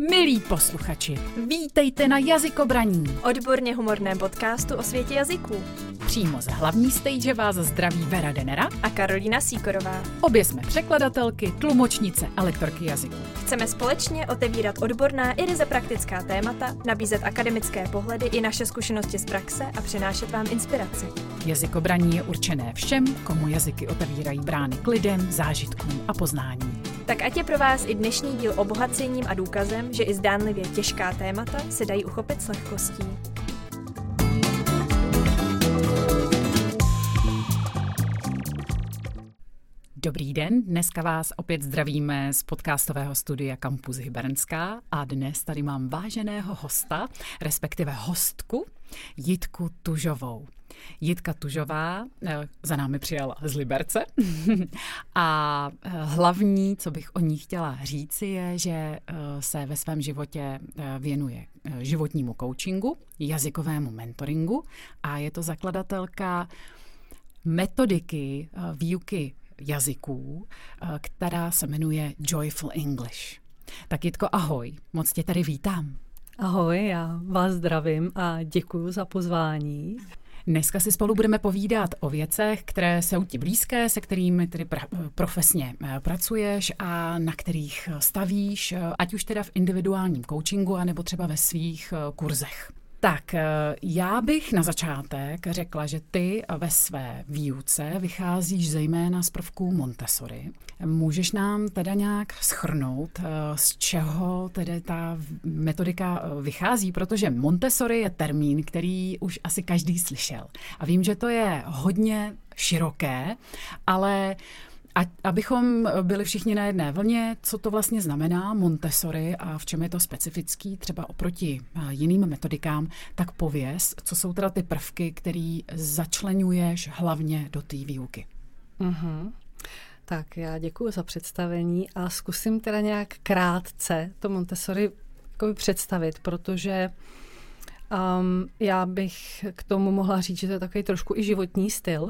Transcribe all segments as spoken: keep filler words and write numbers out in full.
Milí posluchači, vítejte na Jazykobraní, odborně humorném podcastu o světě jazyků. Přímo z hlavní stage vás zdraví Vera Denera a Karolína Síkorová. Obě jsme překladatelky, tlumočnice a lektorky jazyků. Chceme společně otevírat odborná i ryze praktická témata, nabízet akademické pohledy i naše zkušenosti z praxe a přinášet vám inspiraci. Jazykobraní je určené všem, komu jazyky otevírají brány k lidem, zážitkům a poznání. Tak ať je pro vás i dnešní díl obohacením a důkazem, že i zdánlivě těžká témata se dají uchopit s lehkostí. Dobrý den, dneska vás opět zdravíme z podcastového studia Campus Hybernská a dnes tady mám váženého hosta, respektive hostku, Jitku Tužovou. Jitka Tužová za námi přijela z Liberce a hlavní, co bych o ní chtěla říci, je, že se ve svém životě věnuje životnímu coachingu, jazykovému mentoringu a je to zakladatelka metodiky výuky jazyků, která se jmenuje Joyful English. Tak Jitko, ahoj, moc tě tady vítám. Ahoj, já vás zdravím a děkuji za pozvání. Dneska si spolu budeme povídat o věcech, které jsou ti blízké, se kterými tedy pra- profesně pracuješ a na kterých stavíš, ať už teda v individuálním coachingu, anebo třeba ve svých kurzech. Tak, já bych na začátek řekla, že ty ve své výuce vycházíš zejména z prvků Montessori. Můžeš nám teda nějak shrnout, z čeho tedy ta metodika vychází, protože Montessori je termín, který už asi každý slyšel. A vím, že to je hodně široké, ale a abychom byli všichni na jedné vlně, co to vlastně znamená Montessori a v čem je to specifický, třeba oproti jiným metodikám, tak pověz, co jsou teda ty prvky, které začleňuješ hlavně do té výuky. Uh-huh. Tak já děkuji za představení a zkusím teda nějak krátce to Montessori představit, protože um, já bych k tomu mohla říct, že to je takový trošku i životní styl.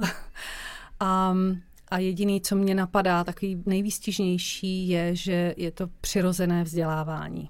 um, A jediný, co mě napadá, takový nejvýstižnější, je, že je to přirozené vzdělávání.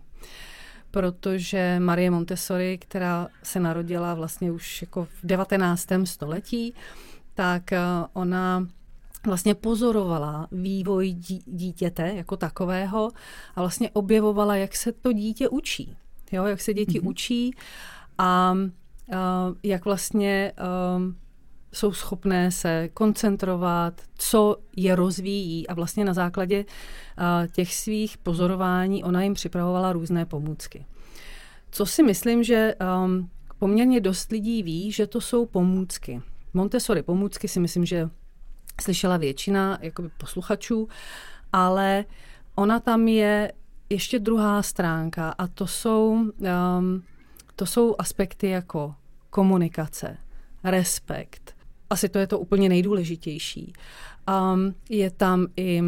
Protože Marie Montessori, která se narodila vlastně už jako v devatenáctém století, tak ona vlastně pozorovala vývoj dítěte jako takového a vlastně objevovala, jak se to dítě učí. Jo, jak se děti mm-hmm. učí a uh, jak vlastně uh, jsou schopné se koncentrovat, co je rozvíjí a vlastně na základě uh, těch svých pozorování ona jim připravovala různé pomůcky. Co si myslím, že um, poměrně dost lidí ví, že to jsou pomůcky. Montessori pomůcky si myslím, že slyšela většina jakoby posluchačů, ale ona tam je ještě druhá stránka a to jsou, um, to jsou aspekty jako komunikace, respekt. Asi to je to úplně nejdůležitější. Um, je tam i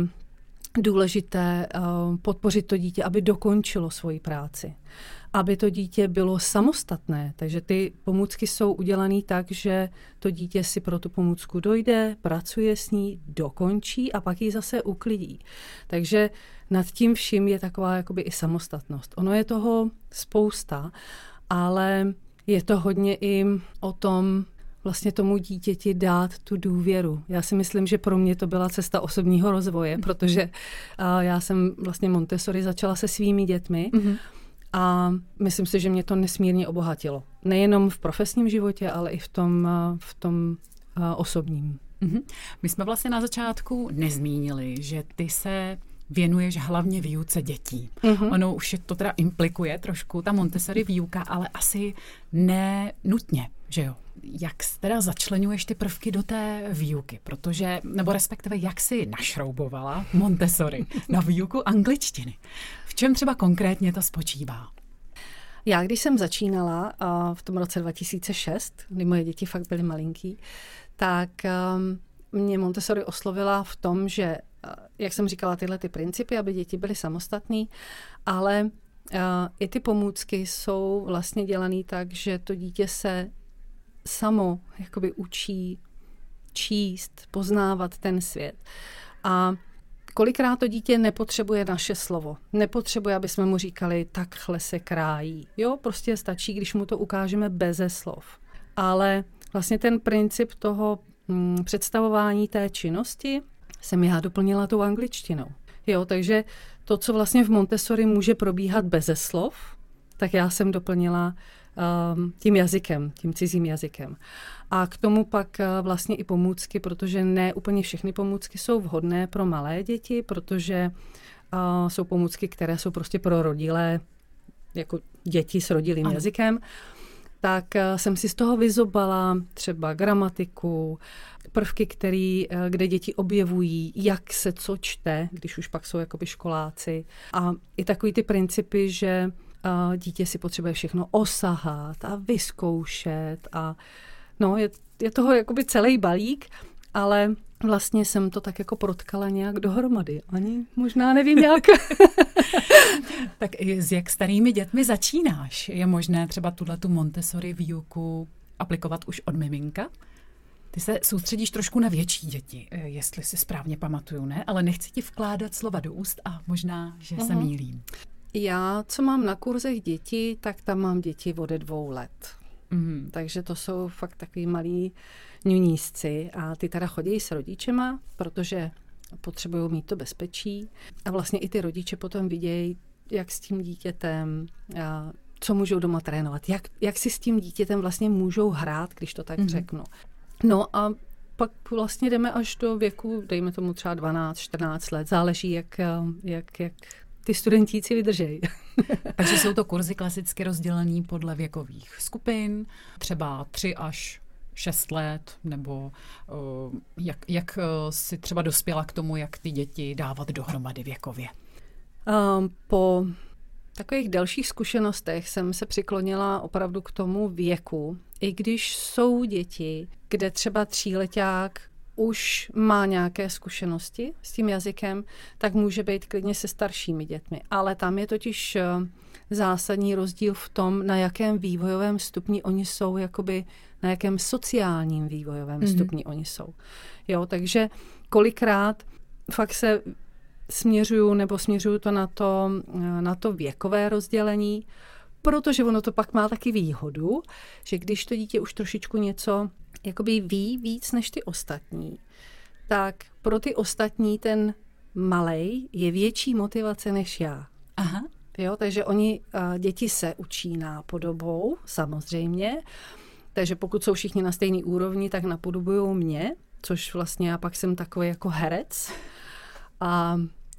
důležité um, podpořit to dítě, aby dokončilo svoji práci. Aby to dítě bylo samostatné. Takže ty pomůcky jsou udělané tak, že to dítě si pro tu pomůcku dojde, pracuje s ní, dokončí a pak ji zase uklidí. Takže nad tím vším je taková jakoby i samostatnost. Ono je toho spousta, ale je to hodně i o tom, vlastně tomu dítěti dát tu důvěru. Já si myslím, že pro mě to byla cesta osobního rozvoje, protože uh, já jsem vlastně Montessori začala se svými dětmi mm-hmm. a myslím si, že mě to nesmírně obohatilo. Nejenom v profesním životě, ale i v tom, uh, v tom uh, osobním. Mm-hmm. My jsme vlastně na začátku nezmínili, že ty se věnuješ hlavně výuce dětí. Uh-huh. Ono už to teda implikuje trošku, ta Montessori výuka, ale asi ne nutně, že jo? Jak teda začleňuješ ty prvky do té výuky? Protože, nebo respektive, jak jsi našroubovala Montessori na výuku angličtiny? V čem třeba konkrétně to spočívá? Já, když jsem začínala uh, v tom roce dva tisíce šest, kdy moje děti fakt byly malinký, tak um, mě Montessori oslovila v tom, že jak jsem říkala, tyhle ty principy, aby děti byly samostatný, ale uh, i ty pomůcky jsou vlastně dělaný tak, že to dítě se samo jakoby učí číst, poznávat ten svět. A kolikrát to dítě nepotřebuje naše slovo. Nepotřebuje, aby jsme mu říkali, takhle se krájí. Jo, prostě stačí, když mu to ukážeme beze slov. Ale vlastně ten princip toho hm, představování té činnosti jsem já doplnila tou angličtinou. Jo, takže to, co vlastně v Montessori může probíhat beze slov, tak já jsem doplnila um, tím jazykem, tím cizím jazykem. A k tomu pak uh, vlastně i pomůcky, protože ne úplně všechny pomůcky jsou vhodné pro malé děti, protože uh, jsou pomůcky, které jsou prostě pro rodilé, jako děti s rodilým ano. jazykem. Tak uh, jsem si z toho vyzobala třeba gramatiku, prvky, který, uh, kde děti objevují, jak se co čte, když už pak jsou jakoby školáci. A i takový ty principy, že uh, dítě si potřebuje všechno osahat a vyzkoušet. A no, je, je toho jakoby celý balík, ale vlastně jsem to tak jako protkala nějak dohromady. Ani možná nevím jak. Tak s jak starými dětmi začínáš? Je možné třeba tuhletu Montessori výuku aplikovat už od miminka? Ty se soustředíš trošku na větší děti, jestli si správně pamatuju, ne? Ale nechci ti vkládat slova do úst a možná, že uh-huh. se mýlím. Já, co mám na kurzech děti, tak tam mám děti ode dvou let. Mm. Takže to jsou fakt takový malí ňunísci a ty teda chodí s rodičema, protože potřebují mít to bezpečí a vlastně i ty rodiče potom vidějí, jak s tím dítětem, a co můžou doma trénovat, jak, jak si s tím dítětem vlastně můžou hrát, když to tak mm. řeknu. No a pak vlastně jdeme až do věku, dejme tomu třeba dvanáct čtrnáct let, záleží, jak, jak, jak ty studentíci vydržejí. Takže jsou to kurzy klasicky rozdělený podle věkových skupin, třeba tři až šest let, nebo uh, jak, jak uh, si třeba dospěla k tomu, jak ty děti dávat dohromady věkově? Um, po takových dalších zkušenostech jsem se přiklonila opravdu k tomu věku, i když jsou děti, kde třeba tříleťák už má nějaké zkušenosti s tím jazykem, tak může být klidně se staršími dětmi. Ale tam je totiž zásadní rozdíl v tom, na jakém vývojovém stupni oni jsou, jakoby na jakém sociálním vývojovém mm-hmm. stupni oni jsou. Jo, takže kolikrát fakt se směřuju nebo směřuju to na to, na to věkové rozdělení, protože ono to pak má taky výhodu, že když to dítě už trošičku něco jakoby ví víc než ty ostatní, tak pro ty ostatní ten malej je větší motivace než já. Aha. Jo, takže oni, děti se učí nápodobou, samozřejmě, takže pokud jsou všichni na stejné úrovni, tak napodobujou mě, což vlastně já pak jsem takový jako herec. A, a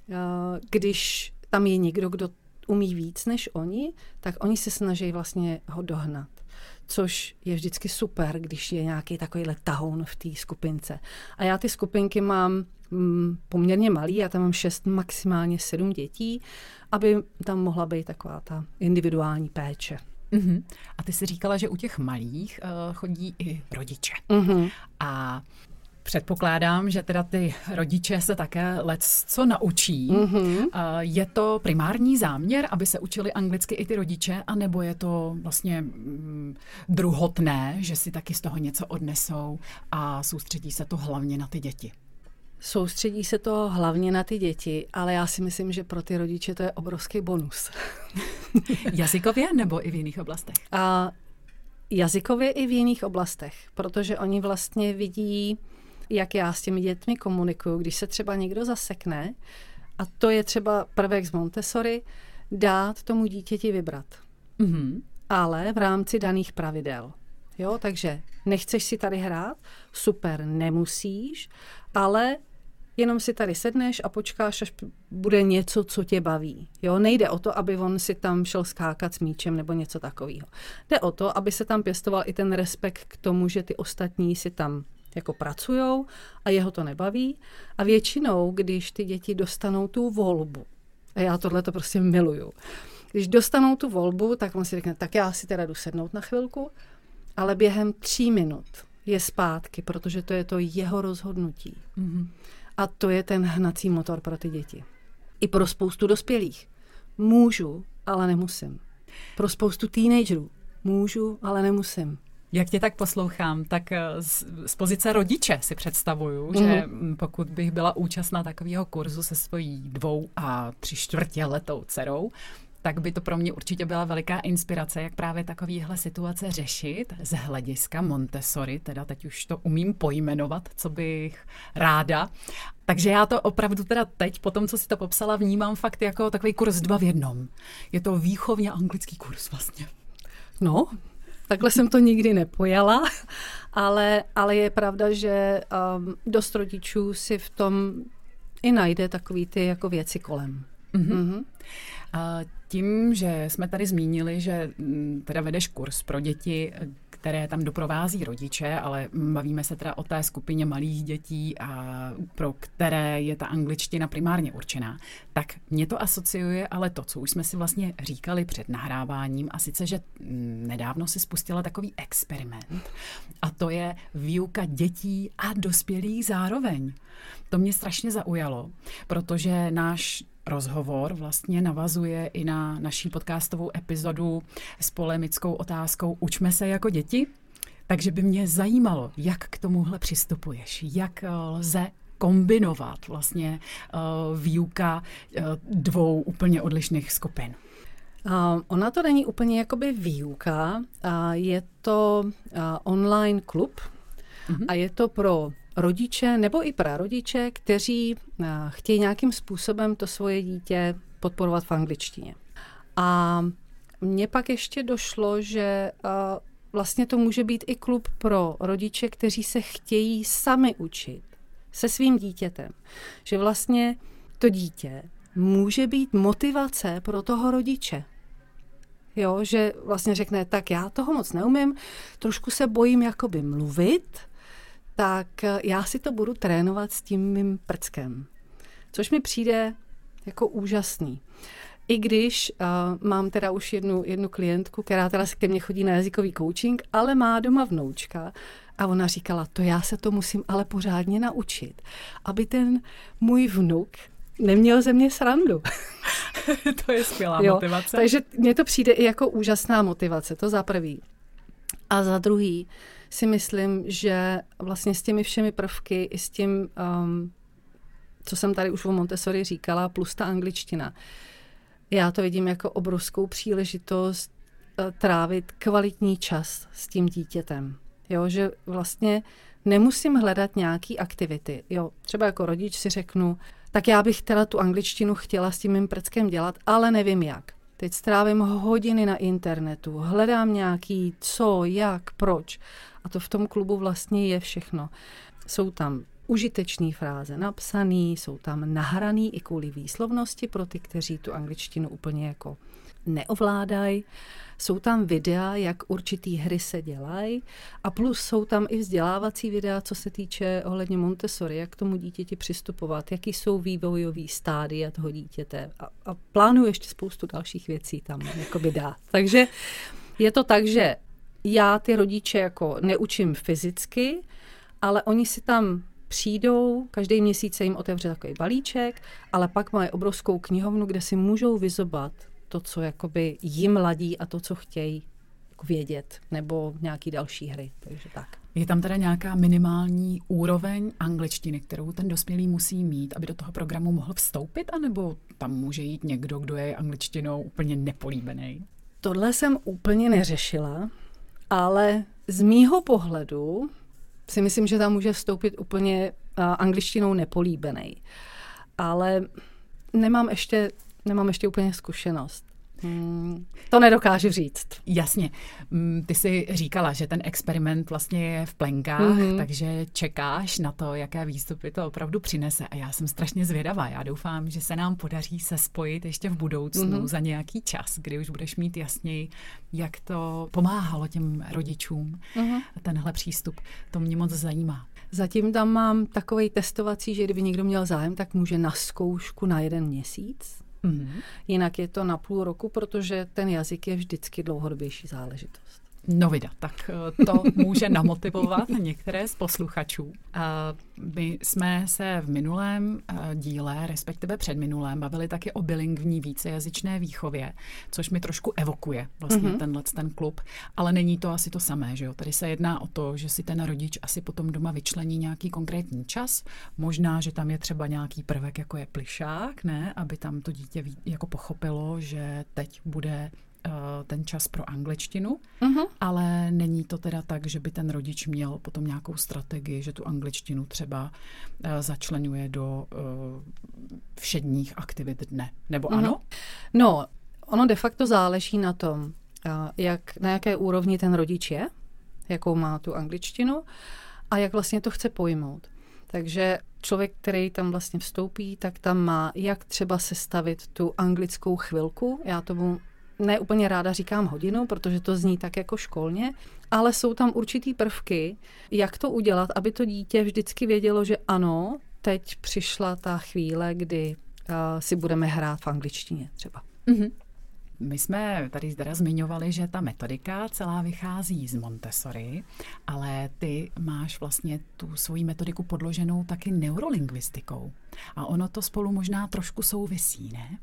když tam je někdo, kdo umí víc než oni, tak oni se snaží vlastně ho dohnat. Což je vždycky super, když je nějaký takovýhle tahoun v té skupince. A já ty skupinky mám mm, poměrně malý, já tam mám šest, maximálně sedm dětí, aby tam mohla být taková ta individuální péče. Uh-huh. A ty jsi říkala, že u těch malých uh, chodí i rodiče. Uh-huh. A předpokládám, že teda ty rodiče se také lecco naučí. Mm-hmm. Je to primární záměr, aby se učili anglicky i ty rodiče, anebo je to vlastně mm, druhotné, že si taky z toho něco odnesou a soustředí se to hlavně na ty děti? Soustředí se to hlavně na ty děti, ale já si myslím, že pro ty rodiče to je obrovský bonus. Jazykově nebo i v jiných oblastech? A jazykově i v jiných oblastech, protože oni vlastně vidí, jak já s těmi dětmi komunikuju, když se třeba někdo zasekne, a to je třeba prvek z Montessori, dát tomu dítěti vybrat. Mm-hmm. Ale v rámci daných pravidel. Jo, takže nechceš si tady hrát? Super, nemusíš, ale jenom si tady sedneš a počkáš, až bude něco, co tě baví. Jo, nejde o to, aby on si tam šel skákat s míčem nebo něco takového. Jde o to, aby se tam pěstoval i ten respekt k tomu, že ty ostatní si tam jako pracujou a jeho to nebaví. A většinou, když ty děti dostanou tu volbu, a já tohle to prostě miluju, když dostanou tu volbu, tak on si řekne, tak já si teda jdu sednout na chvilku, ale během tří minut je zpátky, protože to je to jeho rozhodnutí. Mm-hmm. A to je ten hnací motor pro ty děti. I pro spoustu dospělých. Můžu, ale nemusím. Pro spoustu teenagerů. Můžu, ale nemusím. Jak tě tak poslouchám, tak z, z pozice rodiče si představuju, mm. že pokud bych byla účastná takového kurzu se svojí dvou a tři čtvrtě letou dcerou, tak by to pro mě určitě byla veliká inspirace, jak právě takovéhle situace řešit z hlediska Montessori, teda teď už to umím pojmenovat, co bych ráda. Takže já to opravdu teda teď, po tom, co si to popsala, vnímám fakt jako takový kurz dva v jednom. Je to výchovně anglický kurz vlastně. No, takhle jsem to nikdy nepojala, ale, ale je pravda, že um, dost rodičů si v tom i najde takový ty jako věci kolem. Mm-hmm. Mm-hmm. A tím, že jsme tady zmínili, že teda vedeš kurz pro děti, které tam doprovází rodiče, ale bavíme se teda o té skupině malých dětí, a pro které je ta angličtina primárně určená, tak mě to asociuje ale to, co už jsme si vlastně říkali před nahráváním, a sice, že nedávno si spustila takový experiment, a to je výuka dětí a dospělých zároveň. To mě strašně zaujalo, protože náš rozhovor vlastně navazuje i na naší podcastovou epizodu s polemickou otázkou Učme se jako děti. Takže by mě zajímalo, jak k tomuhle přistupuješ, jak lze kombinovat vlastně uh, výuka uh, dvou úplně odlišných skupin. Uh, ona to není úplně jakoby výuka, uh, je to uh, online klub mm-hmm. a je to pro rodiče nebo i prarodiče, kteří uh, chtějí nějakým způsobem to svoje dítě podporovat v angličtině. A mně pak ještě došlo, že uh, vlastně to může být i klub pro rodiče, kteří se chtějí sami učit se svým dítětem. Že vlastně to dítě může být motivace pro toho rodiče. Jo, že vlastně řekne, tak já toho moc neumím, trošku se bojím jakoby mluvit, tak já si to budu trénovat s tím mým prckem. Což mi přijde jako úžasný. I když uh, mám teda už jednu, jednu klientku, která teda ke mně chodí na jazykový coaching, ale má doma vnoučka a ona říkala, to já se to musím ale pořádně naučit, aby ten můj vnuk neměl ze mě srandu. To je skvělá jo, motivace. Takže mně to přijde i jako úžasná motivace, to za prvý. A za druhý si myslím, že vlastně s těmi všemi prvky i s tím, um, co jsem tady už o Montessori říkala, plus ta angličtina, já to vidím jako obrovskou příležitost uh, trávit kvalitní čas s tím dítětem. Jo, že vlastně nemusím hledat nějaký aktivity. Jo, třeba jako rodič si řeknu, tak já bych teda tu angličtinu chtěla s tím mým prckem dělat, ale nevím jak. Teď strávím hodiny na internetu, hledám nějaký co, jak, proč. A to v tom klubu vlastně je všechno. Jsou tam užitečné fráze napsané, jsou tam nahrané i kvůli výslovnosti pro ty, kteří tu angličtinu úplně jako neovládají. Jsou tam videa, jak určitý hry se dělají a plus jsou tam i vzdělávací videa, co se týče ohledně Montessori, jak k tomu dítěti přistupovat, jaký jsou vývojový stádia toho dítěte a, a plánuju ještě spoustu dalších věcí tam jakoby dát. Takže je to tak, že já ty rodiče jako neučím fyzicky, ale oni si tam přijdou, každý měsíc se jim otevře takový balíček, ale pak mají obrovskou knihovnu, kde si můžou vyzobat to, co jakoby jim ladí a to, co chtějí jako vědět, nebo nějaký další hry, takže tak. Je tam teda nějaká minimální úroveň angličtiny, kterou ten dospělý musí mít, aby do toho programu mohl vstoupit, anebo tam může jít někdo, kdo je angličtinou úplně nepolíbený? Tohle jsem úplně neřešila, ale z mýho pohledu si myslím, že tam může vstoupit úplně uh, angličtinou nepolíbený. Ale nemám ještě Nemám ještě úplně zkušenost. Hmm, to nedokážu říct. Jasně. Ty jsi říkala, že ten experiment vlastně je v plenkách, mm-hmm. takže čekáš na to, jaké výstupy to opravdu přinese. A já jsem strašně zvědavá. Já doufám, že se nám podaří se spojit ještě v budoucnu mm-hmm. za nějaký čas, kdy už budeš mít jasněji, jak to pomáhalo těm rodičům. Mm-hmm. Tenhle přístup. To mě moc zajímá. Zatím tam mám takovej testovací, že kdyby někdo měl zájem, tak může na zkoušku na jeden měsíc. Mm-hmm. Jinak je to na půl roku, protože ten jazyk je vždycky dlouhodobější záležitost. No vida, tak to může namotivovat některé z posluchačů. My jsme se v minulém díle, respektive předminulém, bavili taky o bilingvní vícejazyčné výchově, což mi trošku evokuje vlastně mm-hmm. tenhle ten klub, ale není to asi to samé, že jo? Tady se jedná o to, že si ten rodič asi potom doma vyčlení nějaký konkrétní čas, možná, že tam je třeba nějaký prvek, jako je plišák, ne? Aby tam to dítě jako pochopilo, že teď bude ten čas pro angličtinu, uh-huh. ale není to teda tak, že by ten rodič měl potom nějakou strategii, že tu angličtinu třeba uh, začlenuje do uh, všedních aktivit dne. Nebo uh-huh. ano? No, ono de facto záleží na tom, uh, jak, na jaké úrovni ten rodič je, jakou má tu angličtinu a jak vlastně to chce pojmout. Takže člověk, který tam vlastně vstoupí, tak tam má jak třeba sestavit tu anglickou chvilku. Já tomu ne úplně ráda říkám hodinu, protože to zní tak jako školně, ale jsou tam určitý prvky, jak to udělat, aby to dítě vždycky vědělo, že ano, teď přišla ta chvíle, kdy uh, si budeme hrát v angličtině třeba. Mm-hmm. My jsme tady teda zmiňovali, že ta metodika celá vychází z Montessori, ale ty máš vlastně tu svoji metodiku podloženou taky neurolingvistikou. A ono to spolu možná trošku souvisí, ne?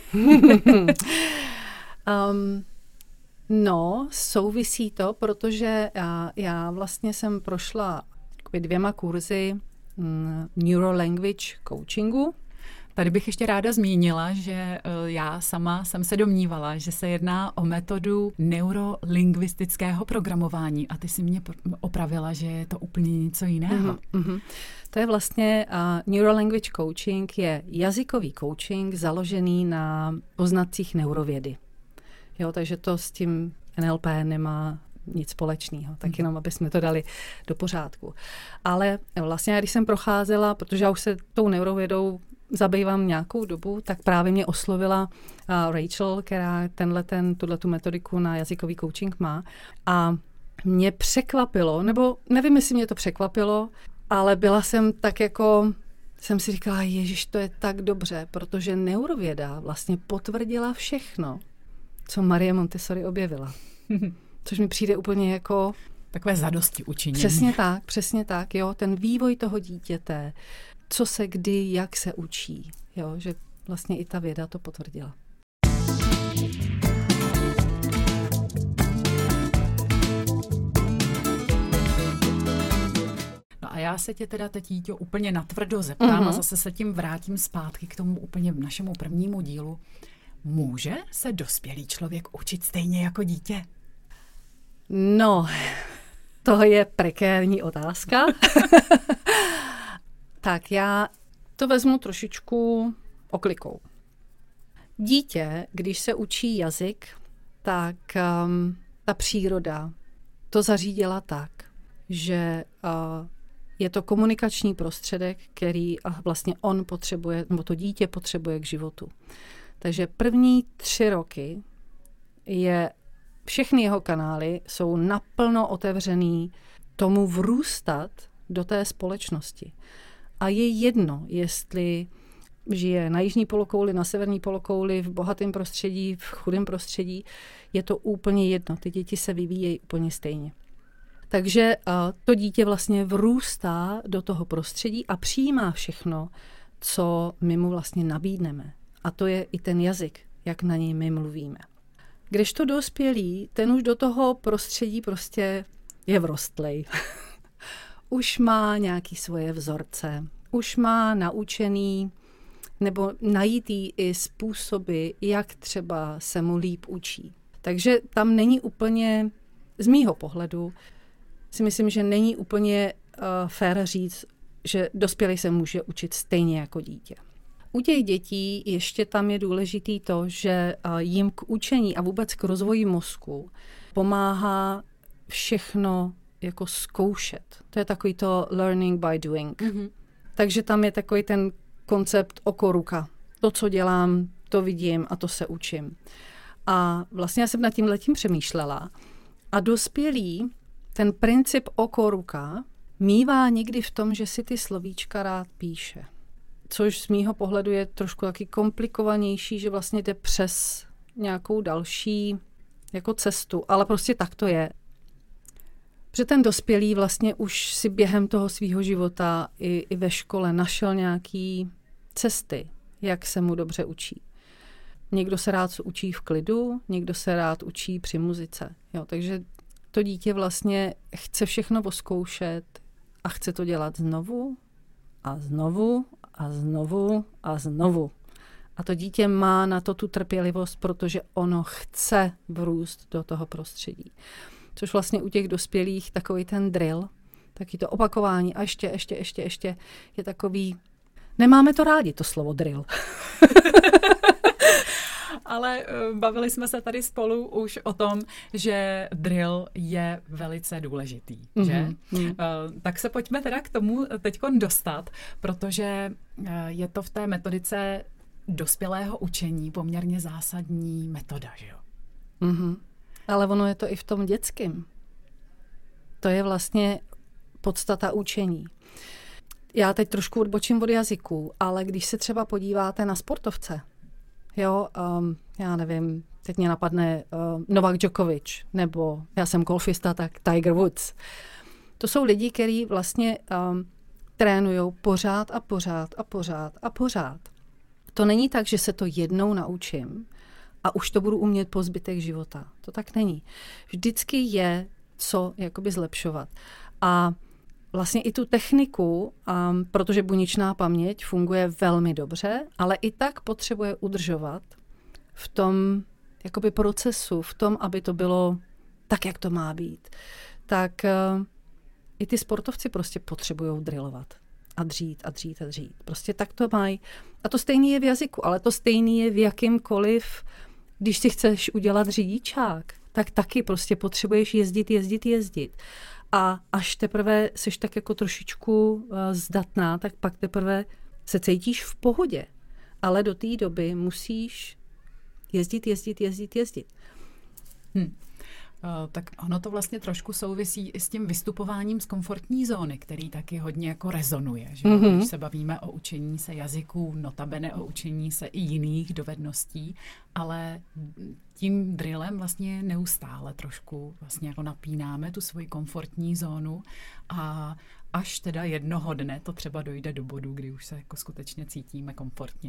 Um, no, souvisí to, protože já, já vlastně jsem prošla dvěma kurzy um, Neurolanguage coachingu. Tady bych ještě ráda zmínila, že já sama jsem se domnívala, že se jedná o metodu neurolingvistického programování a ty si mě opravila, že je to úplně něco jiného. Mm-hmm, mm-hmm. To je vlastně uh, Neurolanguage coaching je jazykový coaching založený na poznatcích neurovědy. Jo, takže to s tím N L P nemá nic společného, tak jenom, aby jsme to dali do pořádku. Ale vlastně, když jsem procházela, protože já už se tou neurovědou zabývám nějakou dobu, tak právě mě oslovila uh, Rachel, která tenhle ten, tuhletu metodiku na jazykový coaching má. A mě překvapilo, nebo nevím, jestli mě to překvapilo, ale byla jsem tak jako, jsem si říkala, ježiš, to je tak dobře, protože neurověda vlastně potvrdila všechno, co Marie Montessori objevila. Což mi přijde úplně jako takové zadosti učinění. Přesně tak, přesně tak, jo, ten vývoj toho dítěte, co se kdy, jak se učí, jo, že vlastně i ta věda to potvrdila. No a já se tě teda teď, Jíťo, úplně natvrdo zeptám mm-hmm. a zase se tím vrátím zpátky k tomu úplně našemu prvnímu dílu. Může se dospělý člověk učit stejně jako dítě? No, to je prekérní otázka. Tak já to vezmu trošičku oklikou. Dítě, když se učí jazyk, tak um, ta příroda to zařídila tak, že uh, je to komunikační prostředek, který uh, vlastně on potřebuje, nebo to dítě potřebuje k životu. Takže první tři roky je, všechny jeho kanály jsou naplno otevřený tomu vrůstat do té společnosti. A je jedno, jestli žije na jižní polokouli, na severní polokouli, v bohatém prostředí, v chudém prostředí, je to úplně jedno. Ty děti se vyvíjejí úplně stejně. Takže to dítě vlastně vrůstá do toho prostředí a přijímá všechno, co my mu vlastně nabídneme. A to je i ten jazyk, jak na něj my mluvíme. Kdežto dospělý, ten už do toho prostředí prostě je vrostlej. Už má nějaké svoje vzorce, už má naučený nebo najítý i způsoby, jak třeba se mu líp učí. Takže tam není úplně, z mýho pohledu, si myslím, že není úplně uh, fér říct, že dospělý se může učit stejně jako dítě. U těch dětí ještě tam je důležitý to, že uh, jim k učení a vůbec k rozvoji mozku pomáhá všechno jako zkoušet. To je takový to learning by doing. Mm-hmm. Takže tam je takový ten koncept oko ruka. To, co dělám, to vidím a to se učím. A vlastně já jsem nad tím letím přemýšlela a dospělý ten princip oko ruka mívá někdy v tom, že si ty slovíčka rád píše. Což z mýho pohledu je trošku taky komplikovanější, že vlastně jde přes nějakou další jako cestu, ale prostě tak to je. Že ten dospělý vlastně už si během toho svého života i, i ve škole našel nějaký cesty, jak se mu dobře učí. Někdo se rád učí v klidu, někdo se rád učí při muzice. Jo, takže to dítě vlastně chce všechno oskoušet a chce to dělat znovu a znovu a znovu a znovu. A to dítě má na to tu trpělivost, protože ono chce vrůst do toho prostředí. Což vlastně u těch dospělých takový ten drill, taky to opakování a ještě, ještě, ještě, ještě je takový... Nemáme to rádi, to slovo drill. Ale uh, bavili jsme se tady spolu už o tom, že drill je velice důležitý, mm-hmm. že? Mm. Uh, tak se pojďme teda k tomu teďkon dostat, protože uh, je to v té metodice dospělého učení poměrně zásadní metoda, že jo? Mm-hmm. Ale ono je to i v tom dětském. To je vlastně podstata učení. Já teď trošku odbočím od jazyků, ale když se třeba podíváte na sportovce, jo, um, já nevím, teď mě napadne uh, Novak Djokovic, nebo já jsem golfista, tak Tiger Woods. To jsou lidi, kteří vlastně um, trénujou pořád a pořád a pořád a pořád. To není tak, že se to jednou naučím a už to budu umět po zbytek života. To tak není. Vždycky je co jakoby zlepšovat. A vlastně i tu techniku, um, protože buněčná paměť funguje velmi dobře, ale i tak potřebuje udržovat v tom jakoby procesu, v tom, aby to bylo tak, jak to má být. Tak uh, i ty sportovci prostě potřebují drillovat. A dřít, a dřít, a dřít. Prostě tak to mají. A to stejný je v jazyku, ale to stejný je v jakýmkoliv, když si chceš udělat řidičák, tak taky prostě potřebuješ jezdit, jezdit, jezdit. A až teprve seš tak jako trošičku uh, zdatná, tak pak teprve se cítíš v pohodě. Ale do té doby musíš jezdit, jezdit, jezdit, jezdit. Hm. Uh, tak ono to vlastně trošku souvisí i s tím vystupováním z komfortní zóny, který taky hodně jako rezonuje. Že? Mm-hmm. Když se bavíme o učení se jazyků, notabene o učení se i jiných dovedností, ale tím drillem vlastně neustále trošku vlastně jako napínáme tu svoji komfortní zónu a až teda jednoho dne to třeba dojde do bodu, kdy už se jako skutečně cítíme komfortně.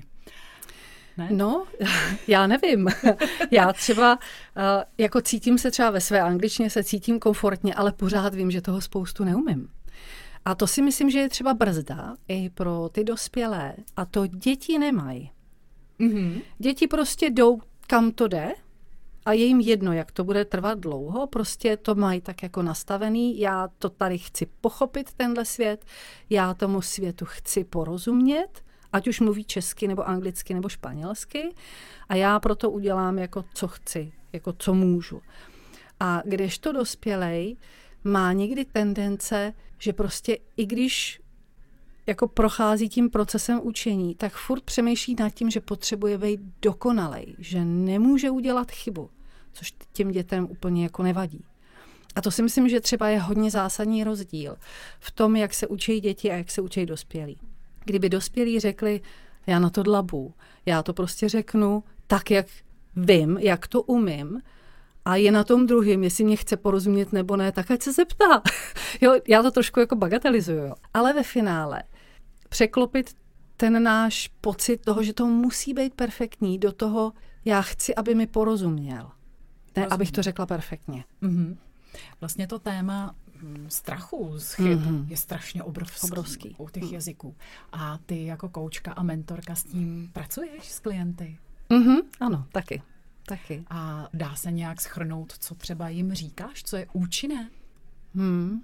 Ne? No, já nevím. Já třeba jako cítím se třeba ve své angličtině, se cítím komfortně, ale pořád vím, že toho spoustu neumím. A to si myslím, že je třeba brzda i pro ty dospělé. A to děti nemají. Mm-hmm. Děti prostě jdou, kam to jde a je jim jedno, jak to bude trvat dlouho. Prostě to mají tak jako nastavený. Já to tady chci pochopit, tenhle svět. Já tomu světu chci porozumět. Ať už mluví česky, nebo anglicky, nebo španělsky. A já proto udělám jako co chci, jako co můžu. A kdežto dospělej má někdy tendence, že prostě i když jako prochází tím procesem učení, tak furt přemýšlí nad tím, že potřebuje být dokonalej, že nemůže udělat chybu, což těm dětem úplně jako nevadí. A to si myslím, že třeba je hodně zásadní rozdíl v tom, jak se učí děti a jak se učí dospělí. Kdyby dospělí řekli, já na to dlabu, já to prostě řeknu tak, jak vím, jak to umím, a je na tom druhým, jestli mě chce porozumět nebo ne, tak ať se zeptá. Jo, já to trošku jako bagatelizuju. Jo. Ale ve finále překlopit ten náš pocit toho, že to musí být perfektní, do toho, já chci, aby mi porozuměl. Ne, Rozumím. Abych to řekla perfektně. Mm-hmm. Vlastně to téma strachu z chyb mm-hmm. je strašně obrovský, obrovský u těch mm. jazyků. A ty jako koučka a mentorka s tím pracuješ s klienty? Mm-hmm. Ano, taky. taky. A dá se nějak shrnout, co třeba jim říkáš, co je účinné? Hmm.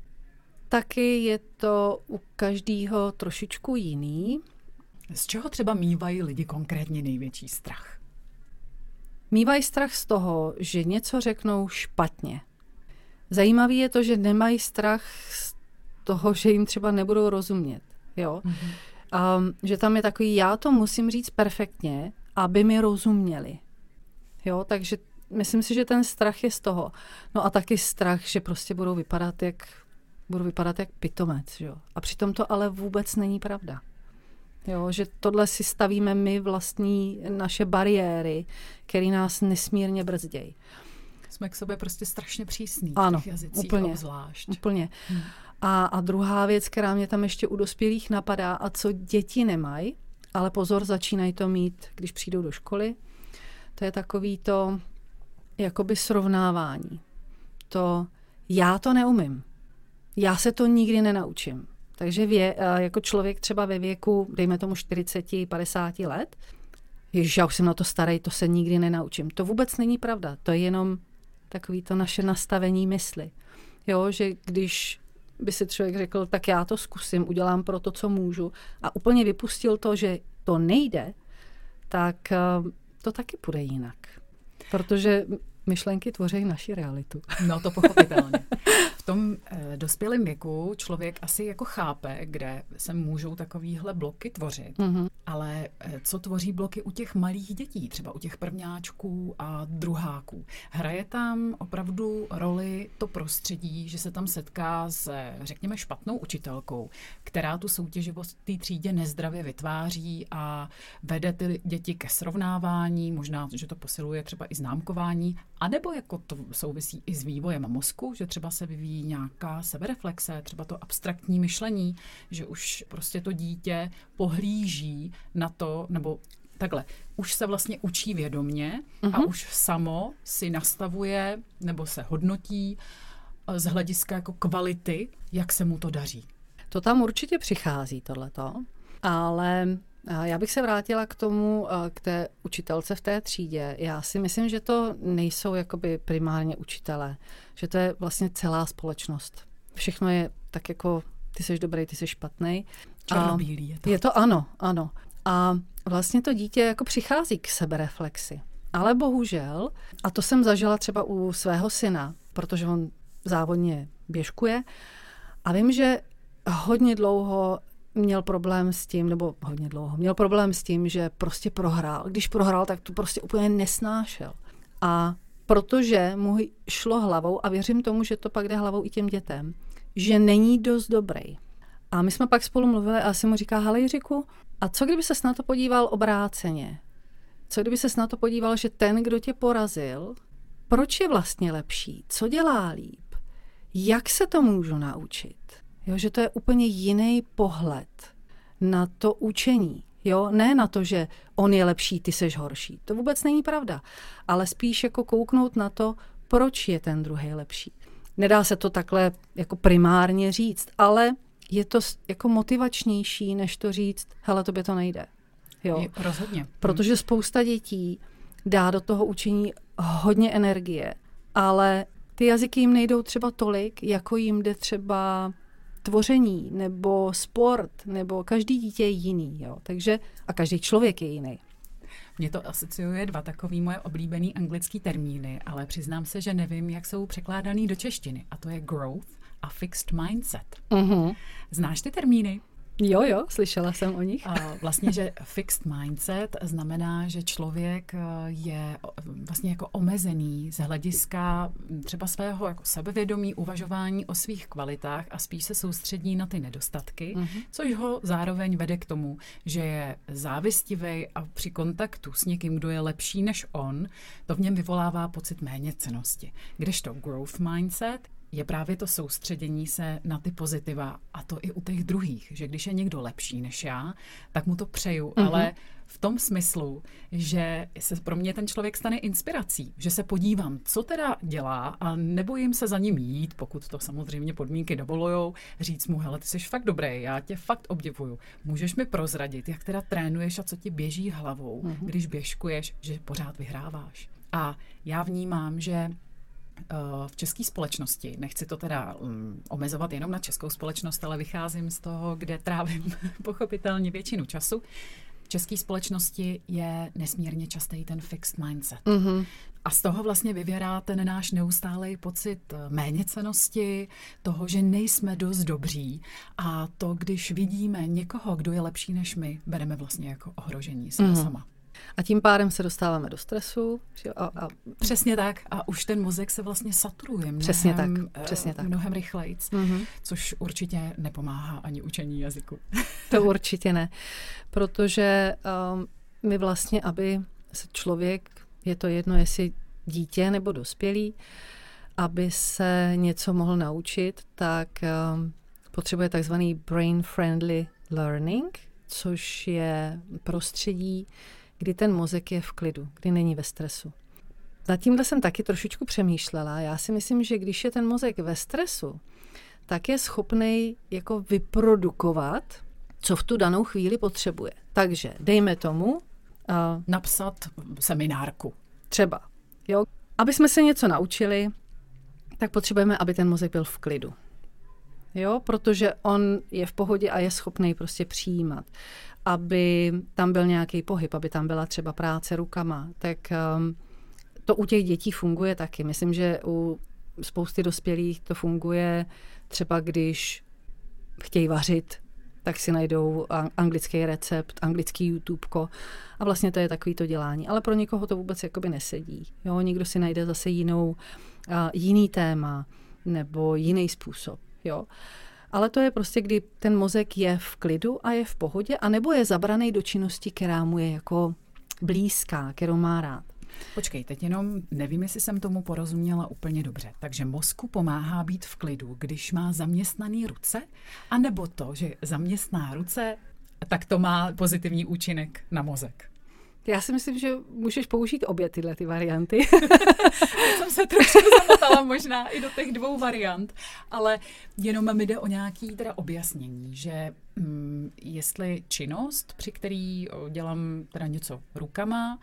Taky je to u každého trošičku jiný. Z čeho třeba mívají lidi konkrétně největší strach? Mívají strach z toho, že něco řeknou špatně. Zajímavé je to, že nemají strach z toho, že jim třeba nebudou rozumět. Jo? Mm-hmm. Um, že tam je takový, já to musím říct perfektně, aby mi rozuměli. Jo? Takže myslím si, že ten strach je z toho. No a taky strach, že prostě budou vypadat jak, budou vypadat jak pitomec. Jo? A přitom to ale vůbec není pravda. Jo? Že tohle si stavíme my vlastní naše bariéry, které nás nesmírně brzdějí. jsme k sobě prostě strašně přísní ano, v těch jazycích úplně, obzvlášť. Úplně. Hmm. A, a druhá věc, která mě tam ještě u dospělých napadá, a co děti nemají, ale pozor, začínají to mít, když přijdou do školy, to je takový to jakoby srovnávání. To já to neumím. Já se to nikdy nenaučím. Takže vě, jako člověk třeba ve věku, dejme tomu čtyřicet, padesát let, ježiš, já už jsem na to starý, to se nikdy nenaučím. To vůbec není pravda. To je jenom takový to naše nastavení mysli. Jo, že když by si člověk řekl, tak já to zkusím, udělám pro to, co můžu, a úplně vypustil to, že to nejde, tak to taky půjde jinak. Protože myšlenky tvoří naši realitu. No to pochopitelně. V tom e, dospělém věku člověk asi jako chápe, kde se můžou takovýhle bloky tvořit, mm-hmm. ale e, co tvoří bloky u těch malých dětí, třeba u těch prvňáčků a druháků? Hraje tam opravdu roli to prostředí, že se tam setká s, řekněme, špatnou učitelkou, která tu soutěživost v té třídě nezdravě vytváří a vede ty děti ke srovnávání, možná, že to posiluje třeba i známkování, anebo jako to souvisí i s vývojem mozku, že třeba se vyvíjí nějaká sebereflexe, třeba to abstraktní myšlení, že už prostě to dítě pohlíží na to, nebo takhle, už se vlastně učí vědomě uh-huh. a už samo si nastavuje nebo se hodnotí z hlediska jako kvality, jak se mu to daří. To tam určitě přichází, tohleto, ale já bych se vrátila k tomu, k té učitelce v té třídě. Já si myslím, že to nejsou jakoby primárně učitelé, že to je vlastně celá společnost. Všechno je tak jako ty seš dobrý, ty seš špatnej. Černobílý je to. Je to ano, ano. A vlastně to dítě jako přichází k sebereflexi. Ale bohužel, a to jsem zažila třeba u svého syna, protože on závodně běžkuje, a vím, že hodně dlouho měl problém s tím, nebo hodně dlouho, měl problém s tím, že prostě prohrál. Když prohrál, tak to prostě úplně nesnášel. A protože mu šlo hlavou, a věřím tomu, že to pak jde hlavou i těm dětem, že není dost dobrý. A my jsme pak spolu mluvili a asi mu říká, hele Jiříku, a co kdyby ses na to podíval obráceně? Co kdyby ses na to podíval, že ten, kdo tě porazil, proč je vlastně lepší? Co dělá líp? Jak se to můžu naučit? Jo, že to je úplně jiný pohled na to učení. Jo, ne na to, že on je lepší, ty seš horší. To vůbec není pravda. Ale spíš jako kouknout na to, proč je ten druhý lepší. Nedá se to takhle jako primárně říct, ale je to jako motivačnější, než to říct, hele, tobě to nejde. Jo. Rozhodně. Protože spousta dětí dá do toho učení hodně energie, ale ty jazyky jim nejdou třeba tolik, jako jim jde třeba tvoření, nebo sport, nebo každý dítě je jiný. Jo. Takže, a každý člověk je jiný. Mně to asociuje dva takový moje oblíbený anglický termíny, ale přiznám se, že nevím, jak jsou překládaný do češtiny. A to je growth a fixed mindset. Uh-huh. Znáš ty termíny? Jo, jo, slyšela jsem o nich. A vlastně, že fixed mindset znamená, že člověk je vlastně jako omezený z hlediska třeba svého jako sebevědomí, uvažování o svých kvalitách a spíš se soustředí na ty nedostatky, uh-huh. což ho zároveň vede k tomu, že je závistivý a při kontaktu s někým, kdo je lepší než on, to v něm vyvolává pocit méněcennosti. Kdežto growth mindset je právě to soustředění se na ty pozitiva, a to i u těch druhých, že když je někdo lepší než já, tak mu to přeju, mm-hmm. ale v tom smyslu, že se pro mě ten člověk stane inspirací, že se podívám, co teda dělá a nebojím se za ním jít, pokud to samozřejmě podmínky dovolujou, říct mu, hele, ty jsi fakt dobrý, já tě fakt obdivuju. Můžeš mi prozradit, jak teda trénuješ a co ti běží hlavou, mm-hmm. když běžkuješ, že pořád vyhráváš. A já vnímám, že v české společnosti, nechci to teda um, omezovat jenom na českou společnost, ale vycházím z toho, kde trávím pochopitelně většinu času. V české společnosti je nesmírně častý ten fixed mindset. Mm-hmm. A z toho vlastně vyvěrá ten náš neustálý pocit méněcennosti, toho, že nejsme dost dobří, a to, když vidíme někoho, kdo je lepší než my, bereme vlastně jako ohrožení sebe mm-hmm. sama. A tím pádem se dostáváme do stresu. A, a... Přesně tak. A už ten mozek se vlastně saturuje mnohem, přesně tak, přesně tak. mnohem rychlejc, mm-hmm. což určitě nepomáhá ani učení jazyku. To určitě ne. Protože um, my vlastně, aby se člověk, je to jedno, jestli dítě nebo dospělý, aby se něco mohl naučit, tak um, potřebuje takzvaný brain-friendly learning, což je prostředí, kdy ten mozek je v klidu, kdy není ve stresu. Nad tímhle jsem taky trošičku přemýšlela. Já si myslím, že když je ten mozek ve stresu, tak je schopný jako vyprodukovat, co v tu danou chvíli potřebuje. Takže dejme tomu... Uh, napsat seminárku. Třeba. Jo? Aby jsme se něco naučili, tak potřebujeme, aby ten mozek byl v klidu. Jo? Protože on je v pohodě a je schopný prostě přijímat. Aby tam byl nějaký pohyb, aby tam byla třeba práce rukama. Tak um, to u těch dětí funguje taky. Myslím, že u spousty dospělých to funguje třeba, když chtějí vařit, tak si najdou anglický recept, anglický YouTubeko a vlastně to je takový to dělání. Ale pro někoho to vůbec jakoby nesedí. Jo? Někdo si najde zase jinou, uh, jiný téma nebo jiný způsob. Jo? Ale to je prostě, kdy ten mozek je v klidu a je v pohodě, anebo je zabraný do činnosti, která mu je jako blízká, kterou má rád. Počkej, teď jenom nevím, jestli jsem tomu porozuměla úplně dobře. Takže mozku pomáhá být v klidu, když má zaměstnaný ruce, anebo to, že zaměstná ruce, tak to má pozitivní účinek na mozek. Já si myslím, že můžeš použít obě tyhle ty varianty. Já jsem se trošku zamotala možná i do těch dvou variant, ale jenom mi jde o nějaké teda objasnění, že hm, jestli činnost, při který dělám teda něco rukama,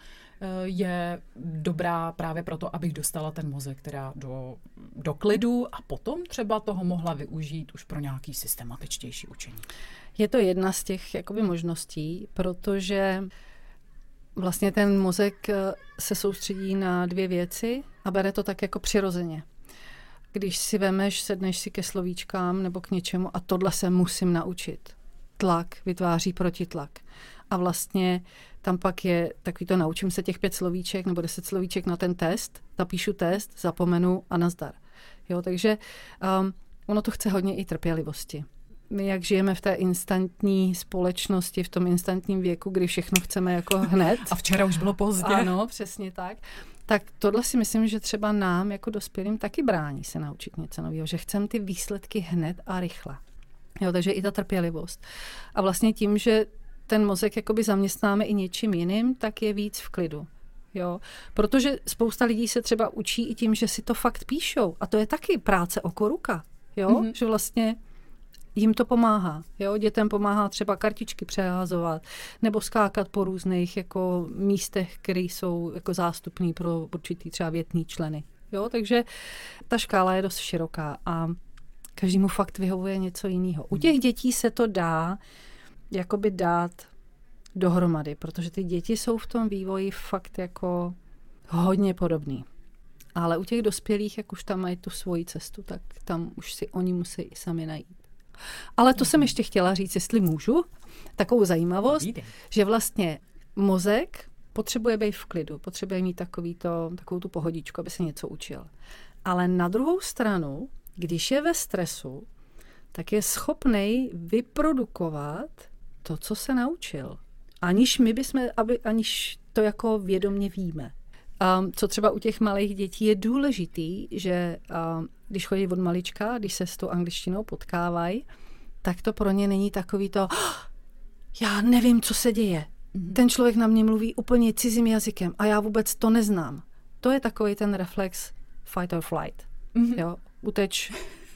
je dobrá právě proto, abych dostala ten mozek teda do, do klidu a potom třeba toho mohla využít už pro nějaký systematičtější učení. Je to jedna z těch jakoby možností, protože vlastně ten mozek se soustředí na dvě věci a bere to tak jako přirozeně. Když si vemeš, sedneš si ke slovíčkám nebo k něčemu a tohle se musím naučit. Tlak vytváří protitlak. A vlastně tam pak je takový to, naučím se těch pět slovíček nebo deset slovíček na ten test, napíšu test, zapomenu a nazdar. Jo, takže um, ono to chce hodně i trpělivosti. My, jak žijeme v té instantní společnosti, v tom instantním věku, kdy všechno chceme jako hned. A včera už bylo pozdě. Ano, přesně tak. Tak tohle si myslím, že třeba nám jako dospělým taky brání se naučit něco nového, že chceme ty výsledky hned a rychle. Jo, takže i ta trpělivost. A vlastně tím, že ten mozek jakoby zaměstnáme i něčím jiným, tak je víc v klidu. Jo? Protože spousta lidí se třeba učí i tím, že si to fakt píšou. A to je taky práce oko ruka. Jo? Mm-hmm. Že vlastně jim to pomáhá. Jo? Dětem pomáhá třeba kartičky přeházovat nebo skákat po různých jako místech, které jsou jako zástupný pro určitý třeba větný členy. Jo? Takže ta škála je dost široká a každému fakt vyhovuje něco jiného. U těch dětí se to dá jakoby dát dohromady, protože ty děti jsou v tom vývoji fakt jako hodně podobný. Ale u těch dospělých, jak už tam mají tu svoji cestu, tak tam už si oni musí i sami najít. Ale to mm. jsem ještě chtěla říct, jestli můžu, takovou zajímavost, no, že vlastně mozek potřebuje být v klidu, potřebuje mít takový to, takovou tu pohodičku, aby se něco učil. Ale na druhou stranu, když je ve stresu, tak je schopnej vyprodukovat to, co se naučil. Aniž my bychom, aby, aniž to jako vědomě víme. Um, co třeba u těch malých dětí je důležitý, že um, když chodí od malička, když se s tou angličtinou potkávají, tak to pro ně není takový to, oh, já nevím, co se děje. Mm-hmm. Ten člověk na mě mluví úplně cizím jazykem a já vůbec to neznám. To je takový ten reflex fight or flight. Mm-hmm. Jo? Uteč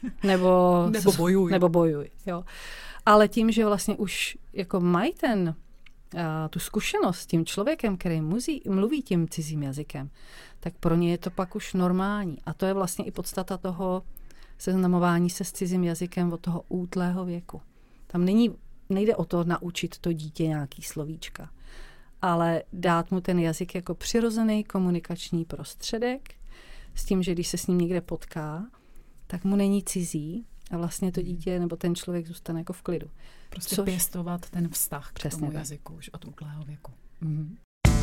nebo, nebo bojuj. Nebo bojuj jo. Ale tím, že vlastně už jako mají ten, uh, tu zkušenost s tím člověkem, který muzí, mluví tím cizím jazykem, tak pro ně je to pak už normální. A to je vlastně i podstata toho seznamování se s cizím jazykem od toho útlého věku. Tam není, nejde o to naučit to dítě nějaký slovíčka, ale dát mu ten jazyk jako přirozený komunikační prostředek s tím, že když se s ním někde potká, tak mu není cizí a vlastně to dítě nebo ten člověk zůstane jako v klidu. Prostě Což... pěstovat ten vztah k Přesně tomu tak. jazyku už od útlého věku. Mhm.